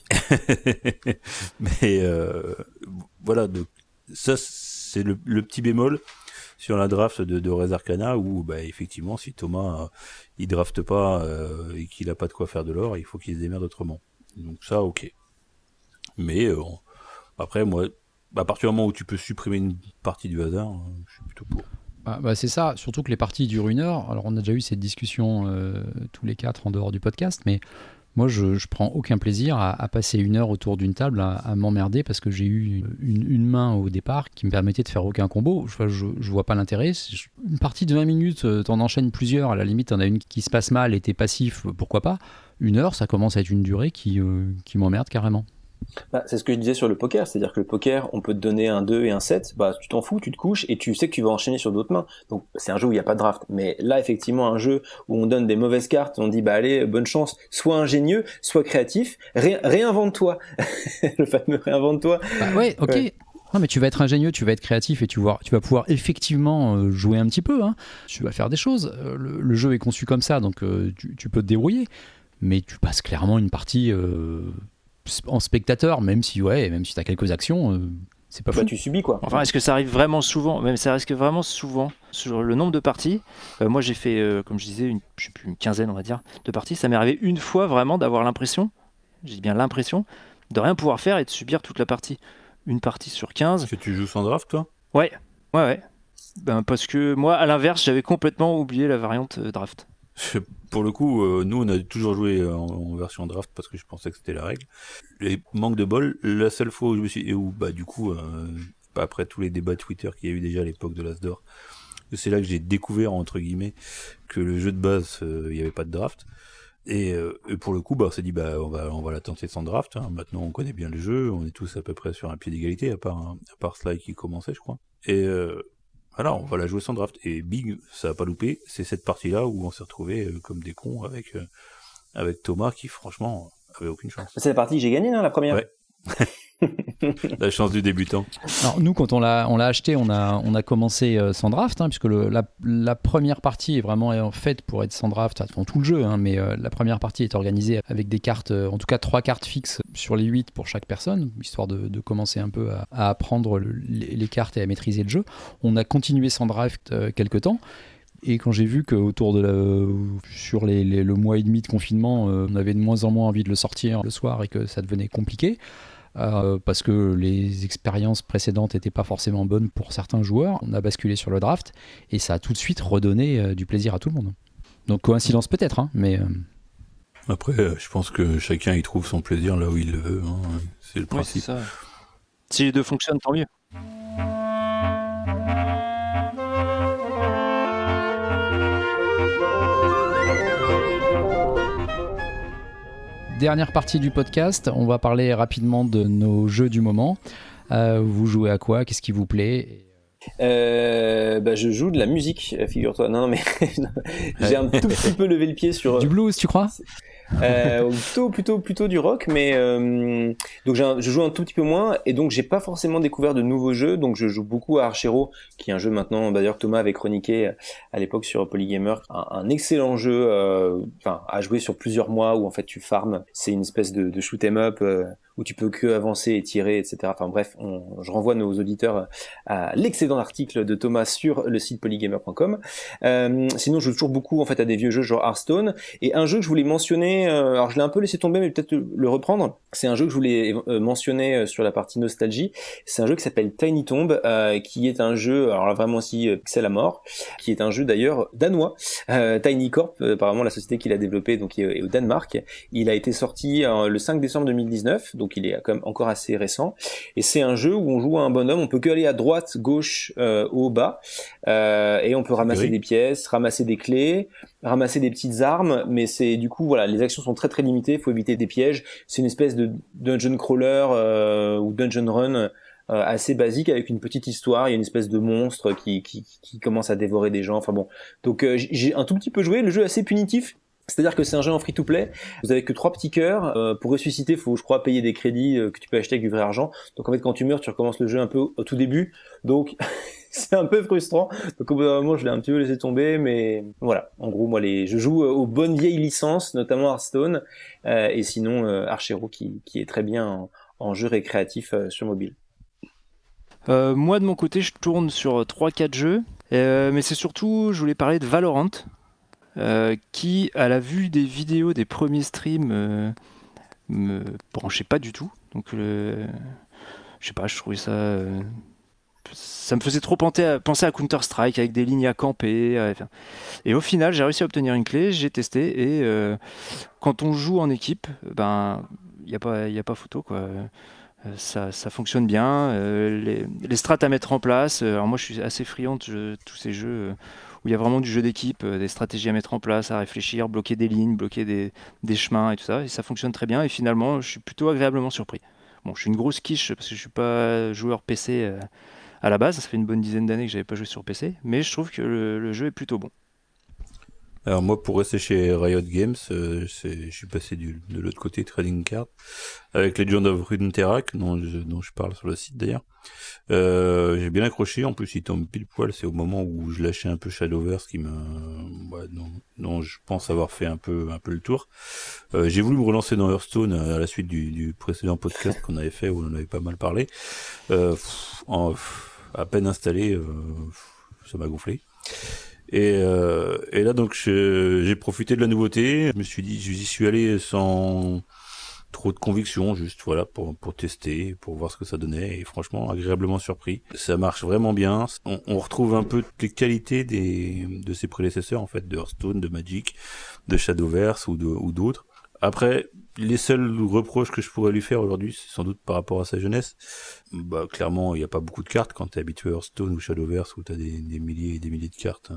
Mais euh, voilà, donc, ça c'est le, le petit bémol sur la draft de, de Res Arcana où bah, effectivement si Thomas euh, il drafte pas euh, et qu'il a pas de quoi faire de l'or, il faut qu'il se démerde autrement. Donc ça ok. Mais euh, après moi, à partir du moment où tu peux supprimer une partie du hasard, euh, je suis plutôt pour. Ah bah c'est ça, surtout que les parties durent une heure. Alors on a déjà eu cette discussion euh, tous les quatre en dehors du podcast, mais moi je, je prends aucun plaisir à, à passer une heure autour d'une table à, à m'emmerder parce que j'ai eu une, une main au départ qui me permettait de faire aucun combo. Je, je, je vois pas l'intérêt. Une partie de vingt minutes, t'en enchaînes plusieurs, à la limite t'en as une qui se passe mal et t'es passif, pourquoi pas. Une heure, ça commence à être une durée qui, euh, qui m'emmerde carrément. Bah, c'est ce que je disais sur le poker, c'est-à-dire que le poker, on peut te donner un deux et un sept, bah tu t'en fous, tu te couches et tu sais que tu vas enchaîner sur d'autres mains. Donc c'est un jeu où il n'y a pas de draft. Mais là, effectivement, un jeu où on donne des mauvaises cartes, on dit bah allez, bonne chance, sois ingénieux, sois créatif, ré- réinvente-toi. Le fameux réinvente-toi. Bah ouais, ok. Ouais. Non, mais tu vas être ingénieux, tu vas être créatif et tu vas, tu vas pouvoir effectivement euh, jouer un petit peu. Hein. Tu vas faire des choses. Euh, le, le jeu est conçu comme ça, donc euh, tu, tu peux te débrouiller. Mais tu passes clairement une partie euh, en spectateur, même si, ouais, même si tu as quelques actions, euh, c'est pas fou. Bah, tu subis quoi. Enfin, est-ce que ça arrive vraiment souvent? Même ça risque vraiment souvent sur le nombre de parties. Euh, moi, j'ai fait, euh, comme je disais, une, je sais plus, une quinzaine, on va dire, de parties. Ça m'est arrivé une fois vraiment d'avoir l'impression, je dis bien l'impression, de rien pouvoir faire et de subir toute la partie. Une partie sur quinze. Est-ce que tu joues sans draft, toi? Ouais, ouais, ouais. Ben, parce que moi, à l'inverse, j'avais complètement oublié la variante euh, draft. Pour le coup, euh, nous, on a toujours joué en, en version draft parce que je pensais que c'était la règle. Et manque de bol, la seule fois où je me suis... Et où, bah, du coup, euh, après tous les débats Twitter qu'il y a eu déjà à l'époque de l'As d'Or, c'est là que j'ai découvert, entre guillemets, que le jeu de base, il euh, n'y avait pas de draft. Et, euh, et pour le coup, bah, on s'est dit, bah, on va, on va la tenter sans draft. Hein. Maintenant, on connaît bien le jeu, on est tous à peu près sur un pied d'égalité, à part, hein, à part Sly qui commençait, je crois. Et euh, voilà, on va la jouer sans draft. Et big, ça a pas loupé. C'est cette partie-là où on s'est retrouvés euh, comme des cons avec, euh, avec Thomas qui, franchement, avait aucune chance. C'est la partie que j'ai gagnée, non, la première. Ouais. La chance du débutant. Alors nous, quand on l'a, on l'a acheté, on a, on a commencé euh, sans draft, hein, puisque le, la, la première partie est vraiment faite pour être sans draft, enfin tout le jeu, hein, mais euh, la première partie est organisée avec des cartes, euh, en tout cas trois cartes fixes sur les huit pour chaque personne, histoire de, de commencer un peu à, à apprendre le, les, les cartes et à maîtriser le jeu. On a continué sans draft euh, quelques temps. Et quand j'ai vu qu'autour de la, sur les, les, le mois et demi de confinement, euh, on avait de moins en moins envie de le sortir le soir et que ça devenait compliqué, euh, parce que les expériences précédentes n'étaient pas forcément bonnes pour certains joueurs, on a basculé sur le draft et ça a tout de suite redonné euh, du plaisir à tout le monde. Donc coïncidence peut-être, hein, mais... Euh... Après, euh, je pense que chacun y trouve son plaisir là où il le veut. Hein. C'est le principe. Oui, c'est ça. Si les deux fonctionnent, tant mieux. Dernière partie du podcast, on va parler rapidement de nos jeux du moment. Euh, vous jouez à quoi? Qu'est-ce qui vous plaît? Euh, bah, je joue de la musique, figure-toi. Non, non, mais j'ai un tout petit peu levé le pied sur... Du blues, tu crois? euh, plutôt plutôt plutôt du rock, mais euh, donc j'ai un, je joue un tout petit peu moins et donc j'ai pas forcément découvert de nouveaux jeux, donc je joue beaucoup à Archero, qui est un jeu maintenant, bah, d'ailleurs que Thomas avait chroniqué à l'époque sur Polygamer, un, un excellent jeu, euh, enfin à jouer sur plusieurs mois où en fait tu farmes, c'est une espèce de, de shoot 'em up euh, où tu peux que avancer et tirer, et cetera. Enfin bref, on, je renvoie nos auditeurs à l'excellent article de Thomas sur le site polygamer point com. Euh, sinon, je joue toujours beaucoup en fait à des vieux jeux genre Hearthstone, et un jeu que je voulais mentionner, euh, alors je l'ai un peu laissé tomber, mais peut-être le reprendre. C'est un jeu que je voulais euh, mentionner sur la partie nostalgie. C'est un jeu qui s'appelle Tiny Tomb, euh, qui est un jeu, alors là vraiment aussi pixel à mort, qui est un jeu d'ailleurs danois. Euh, Tiny Corp, euh, apparemment la société qui l'a développé, donc est, est au Danemark. Il a été sorti euh, le cinq décembre deux mille dix-neuf, donc il est quand même encore assez récent. Et c'est un jeu où on joue à un bonhomme, on peut que aller à droite, gauche, euh, haut, bas, euh, et on peut ramasser oui. des pièces, ramasser des clés, ramasser des petites armes, mais c'est du coup voilà, les actions sont très très limitées, il faut éviter des pièges. C'est une espèce de dungeon crawler euh, ou dungeon run euh, assez basique avec une petite histoire. Il y a une espèce de monstre qui qui, qui commence à dévorer des gens. Enfin bon, donc euh, j'ai un tout petit peu joué. Le jeu est assez punitif. C'est-à-dire que c'est un jeu en free-to-play, vous avez que trois petits cœurs, euh, pour ressusciter, il faut, je crois, payer des crédits euh, que tu peux acheter avec du vrai argent. Donc en fait, quand tu meurs, tu recommences le jeu un peu au, au tout début, donc c'est un peu frustrant. Donc au bout d'un moment, je l'ai un petit peu laissé tomber, mais voilà. En gros, moi, les, je joue aux bonnes vieilles licences, notamment Hearthstone, euh, et sinon euh, Archero, qui, qui est très bien en, en jeu récréatif euh, sur mobile. Euh, moi, de mon côté, je tourne sur trois quatre jeux, euh, mais c'est surtout, je voulais parler de Valorant. Euh, qui, à la vue des vidéos des premiers streams, euh, me branchait pas du tout. Donc, le... je sais pas, je trouvais ça. Euh... Ça me faisait trop penser à, penser à Counter-Strike avec des lignes à camper. Euh... Et au final, j'ai réussi à obtenir une clé, j'ai testé. Et euh, quand on joue en équipe, ben, il n'y a pas, y a pas photo, quoi. Euh, ça, ça fonctionne bien. Euh, les, les strats à mettre en place. Euh, alors, moi, je suis assez friand de tous ces jeux. Euh, où il y a vraiment du jeu d'équipe, des stratégies à mettre en place, à réfléchir, bloquer des lignes, bloquer des, des chemins et tout ça, et ça fonctionne très bien, et finalement, je suis plutôt agréablement surpris. Bon, je suis une grosse quiche, parce que je suis pas joueur P C euh, à la base, ça fait une bonne dizaine d'années que j'avais pas joué sur P C, mais je trouve que le, le jeu est plutôt bon. Alors moi, pour rester chez Riot Games, euh, c'est, je suis passé du, de l'autre côté, Trading Card, avec Legend of Runeterra, dont je, dont je parle sur le site d'ailleurs. Euh, j'ai bien accroché, en plus il tombe pile poil, c'est au moment où je lâchais un peu Shadowverse qui me, ouais, dont, dont je pense avoir fait un peu, un peu le tour. Euh, j'ai voulu me relancer dans Hearthstone à la suite du, du précédent podcast qu'on avait fait où on en avait pas mal parlé. Euh, pff, en, pff, à peine installé, euh, pff, ça m'a gonflé. Et, euh, et là donc je, j'ai profité de la nouveauté. Je me suis dit, j'y suis allé sans trop de conviction, juste voilà pour pour tester, pour voir ce que ça donnait. Et franchement, agréablement surpris. Ça marche vraiment bien. On, on retrouve un peu toutes les qualités des de ses prédécesseurs en fait, de Hearthstone, de Magic, de Shadowverse ou de ou d'autres. Après, les seuls reproches que je pourrais lui faire aujourd'hui, c'est sans doute par rapport à sa jeunesse. Bah, clairement, il n'y a pas beaucoup de cartes quand t'es habitué à Hearthstone ou Shadowverse où t'as des, des milliers et des milliers de cartes.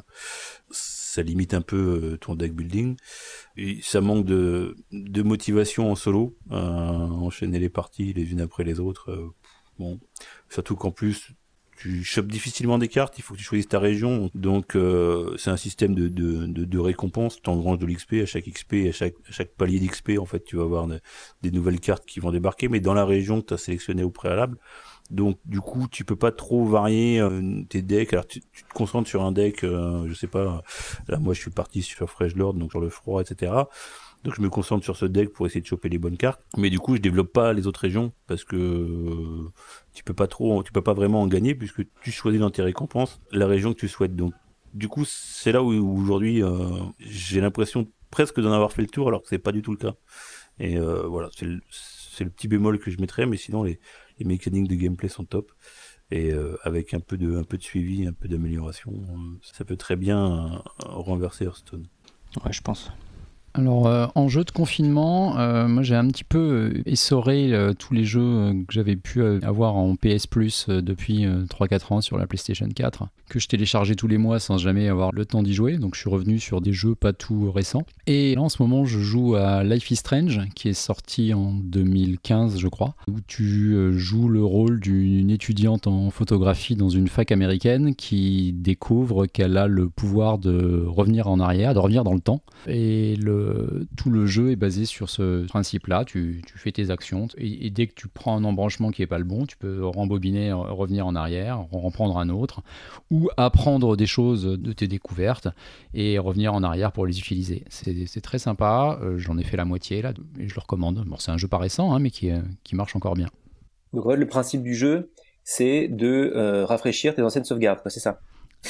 Ça limite un peu ton deck building. Et ça manque de, de motivation en solo, à enchaîner les parties les unes après les autres. Bon, surtout qu'en plus, tu chopes difficilement des cartes, il faut que tu choisisses ta région, donc euh, c'est un système de, de, de, de récompense, tu engranges de l'X P, à chaque X P, à chaque, à chaque palier d'X P, en fait, tu vas avoir de, des nouvelles cartes qui vont débarquer, mais dans la région que tu as sélectionnée au préalable, donc du coup, tu peux pas trop varier euh, tes decks, alors tu, tu te concentres sur un deck, euh, je sais pas, là moi je suis parti sur Fresh Lord, donc sur le froid, et cetera, donc je me concentre sur ce deck pour essayer de choper les bonnes cartes, mais du coup je développe pas les autres régions parce que euh, tu peux pas trop, tu peux pas vraiment en gagner puisque tu choisis dans tes récompenses la région que tu souhaites. Donc du coup c'est là où, où aujourd'hui euh, j'ai l'impression presque d'en avoir fait le tour alors que c'est pas du tout le cas. Et euh, voilà, c'est le, c'est le petit bémol que je mettrais, mais sinon les, les mécaniques de gameplay sont top. Et euh, avec un peu de, un peu de suivi, un peu d'amélioration, euh, ça peut très bien euh, renverser Hearthstone. Ouais, je pense. Alors, euh, en jeu de confinement, euh, moi j'ai un petit peu euh, essoré euh, tous les jeux euh, que j'avais pu euh, avoir en P S Plus euh, depuis euh, trois quatre ans sur la PlayStation quatre, que je téléchargeais tous les mois sans jamais avoir le temps d'y jouer, donc je suis revenu sur des jeux pas tout récents. Et là en ce moment je joue à Life is Strange, qui est sorti en deux mille quinze je crois, où tu euh, joues le rôle d'une étudiante en photographie dans une fac américaine qui découvre qu'elle a le pouvoir de revenir en arrière, de revenir dans le temps. Et le tout le jeu est basé sur ce principe-là, tu, tu fais tes actions et, et dès que tu prends un embranchement qui n'est pas le bon, tu peux rembobiner, revenir en arrière, en reprendre un autre, ou apprendre des choses de tes découvertes et revenir en arrière pour les utiliser. C'est, c'est très sympa, euh, j'en ai fait la moitié là, et je le recommande. Bon, c'est un jeu pas récent, hein, mais qui, qui marche encore bien. Donc en fait, le principe du jeu, c'est de euh, rafraîchir tes anciennes sauvegardes, quoi, c'est ça.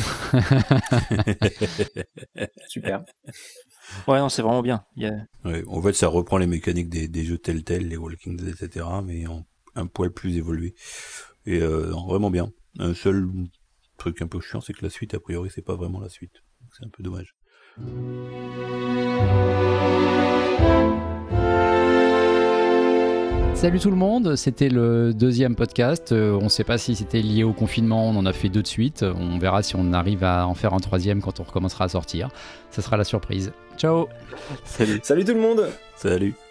Super. Ouais, non, c'est vraiment bien. Il y a... Ouais, en fait, ça reprend les mécaniques des, des jeux Telltale, les Walking Dead, et cetera, mais en un poil plus évolué. Et euh, non, vraiment bien. Un seul truc un peu chiant, c'est que la suite, a priori, c'est pas vraiment la suite. C'est un peu dommage. Salut tout le monde, c'était le deuxième podcast. Euh, on ne sait pas si c'était lié au confinement, on en a fait deux de suite. On verra si on arrive à en faire un troisième quand on recommencera à sortir. Ça sera la surprise. Ciao. Salut. Salut tout le monde. Salut.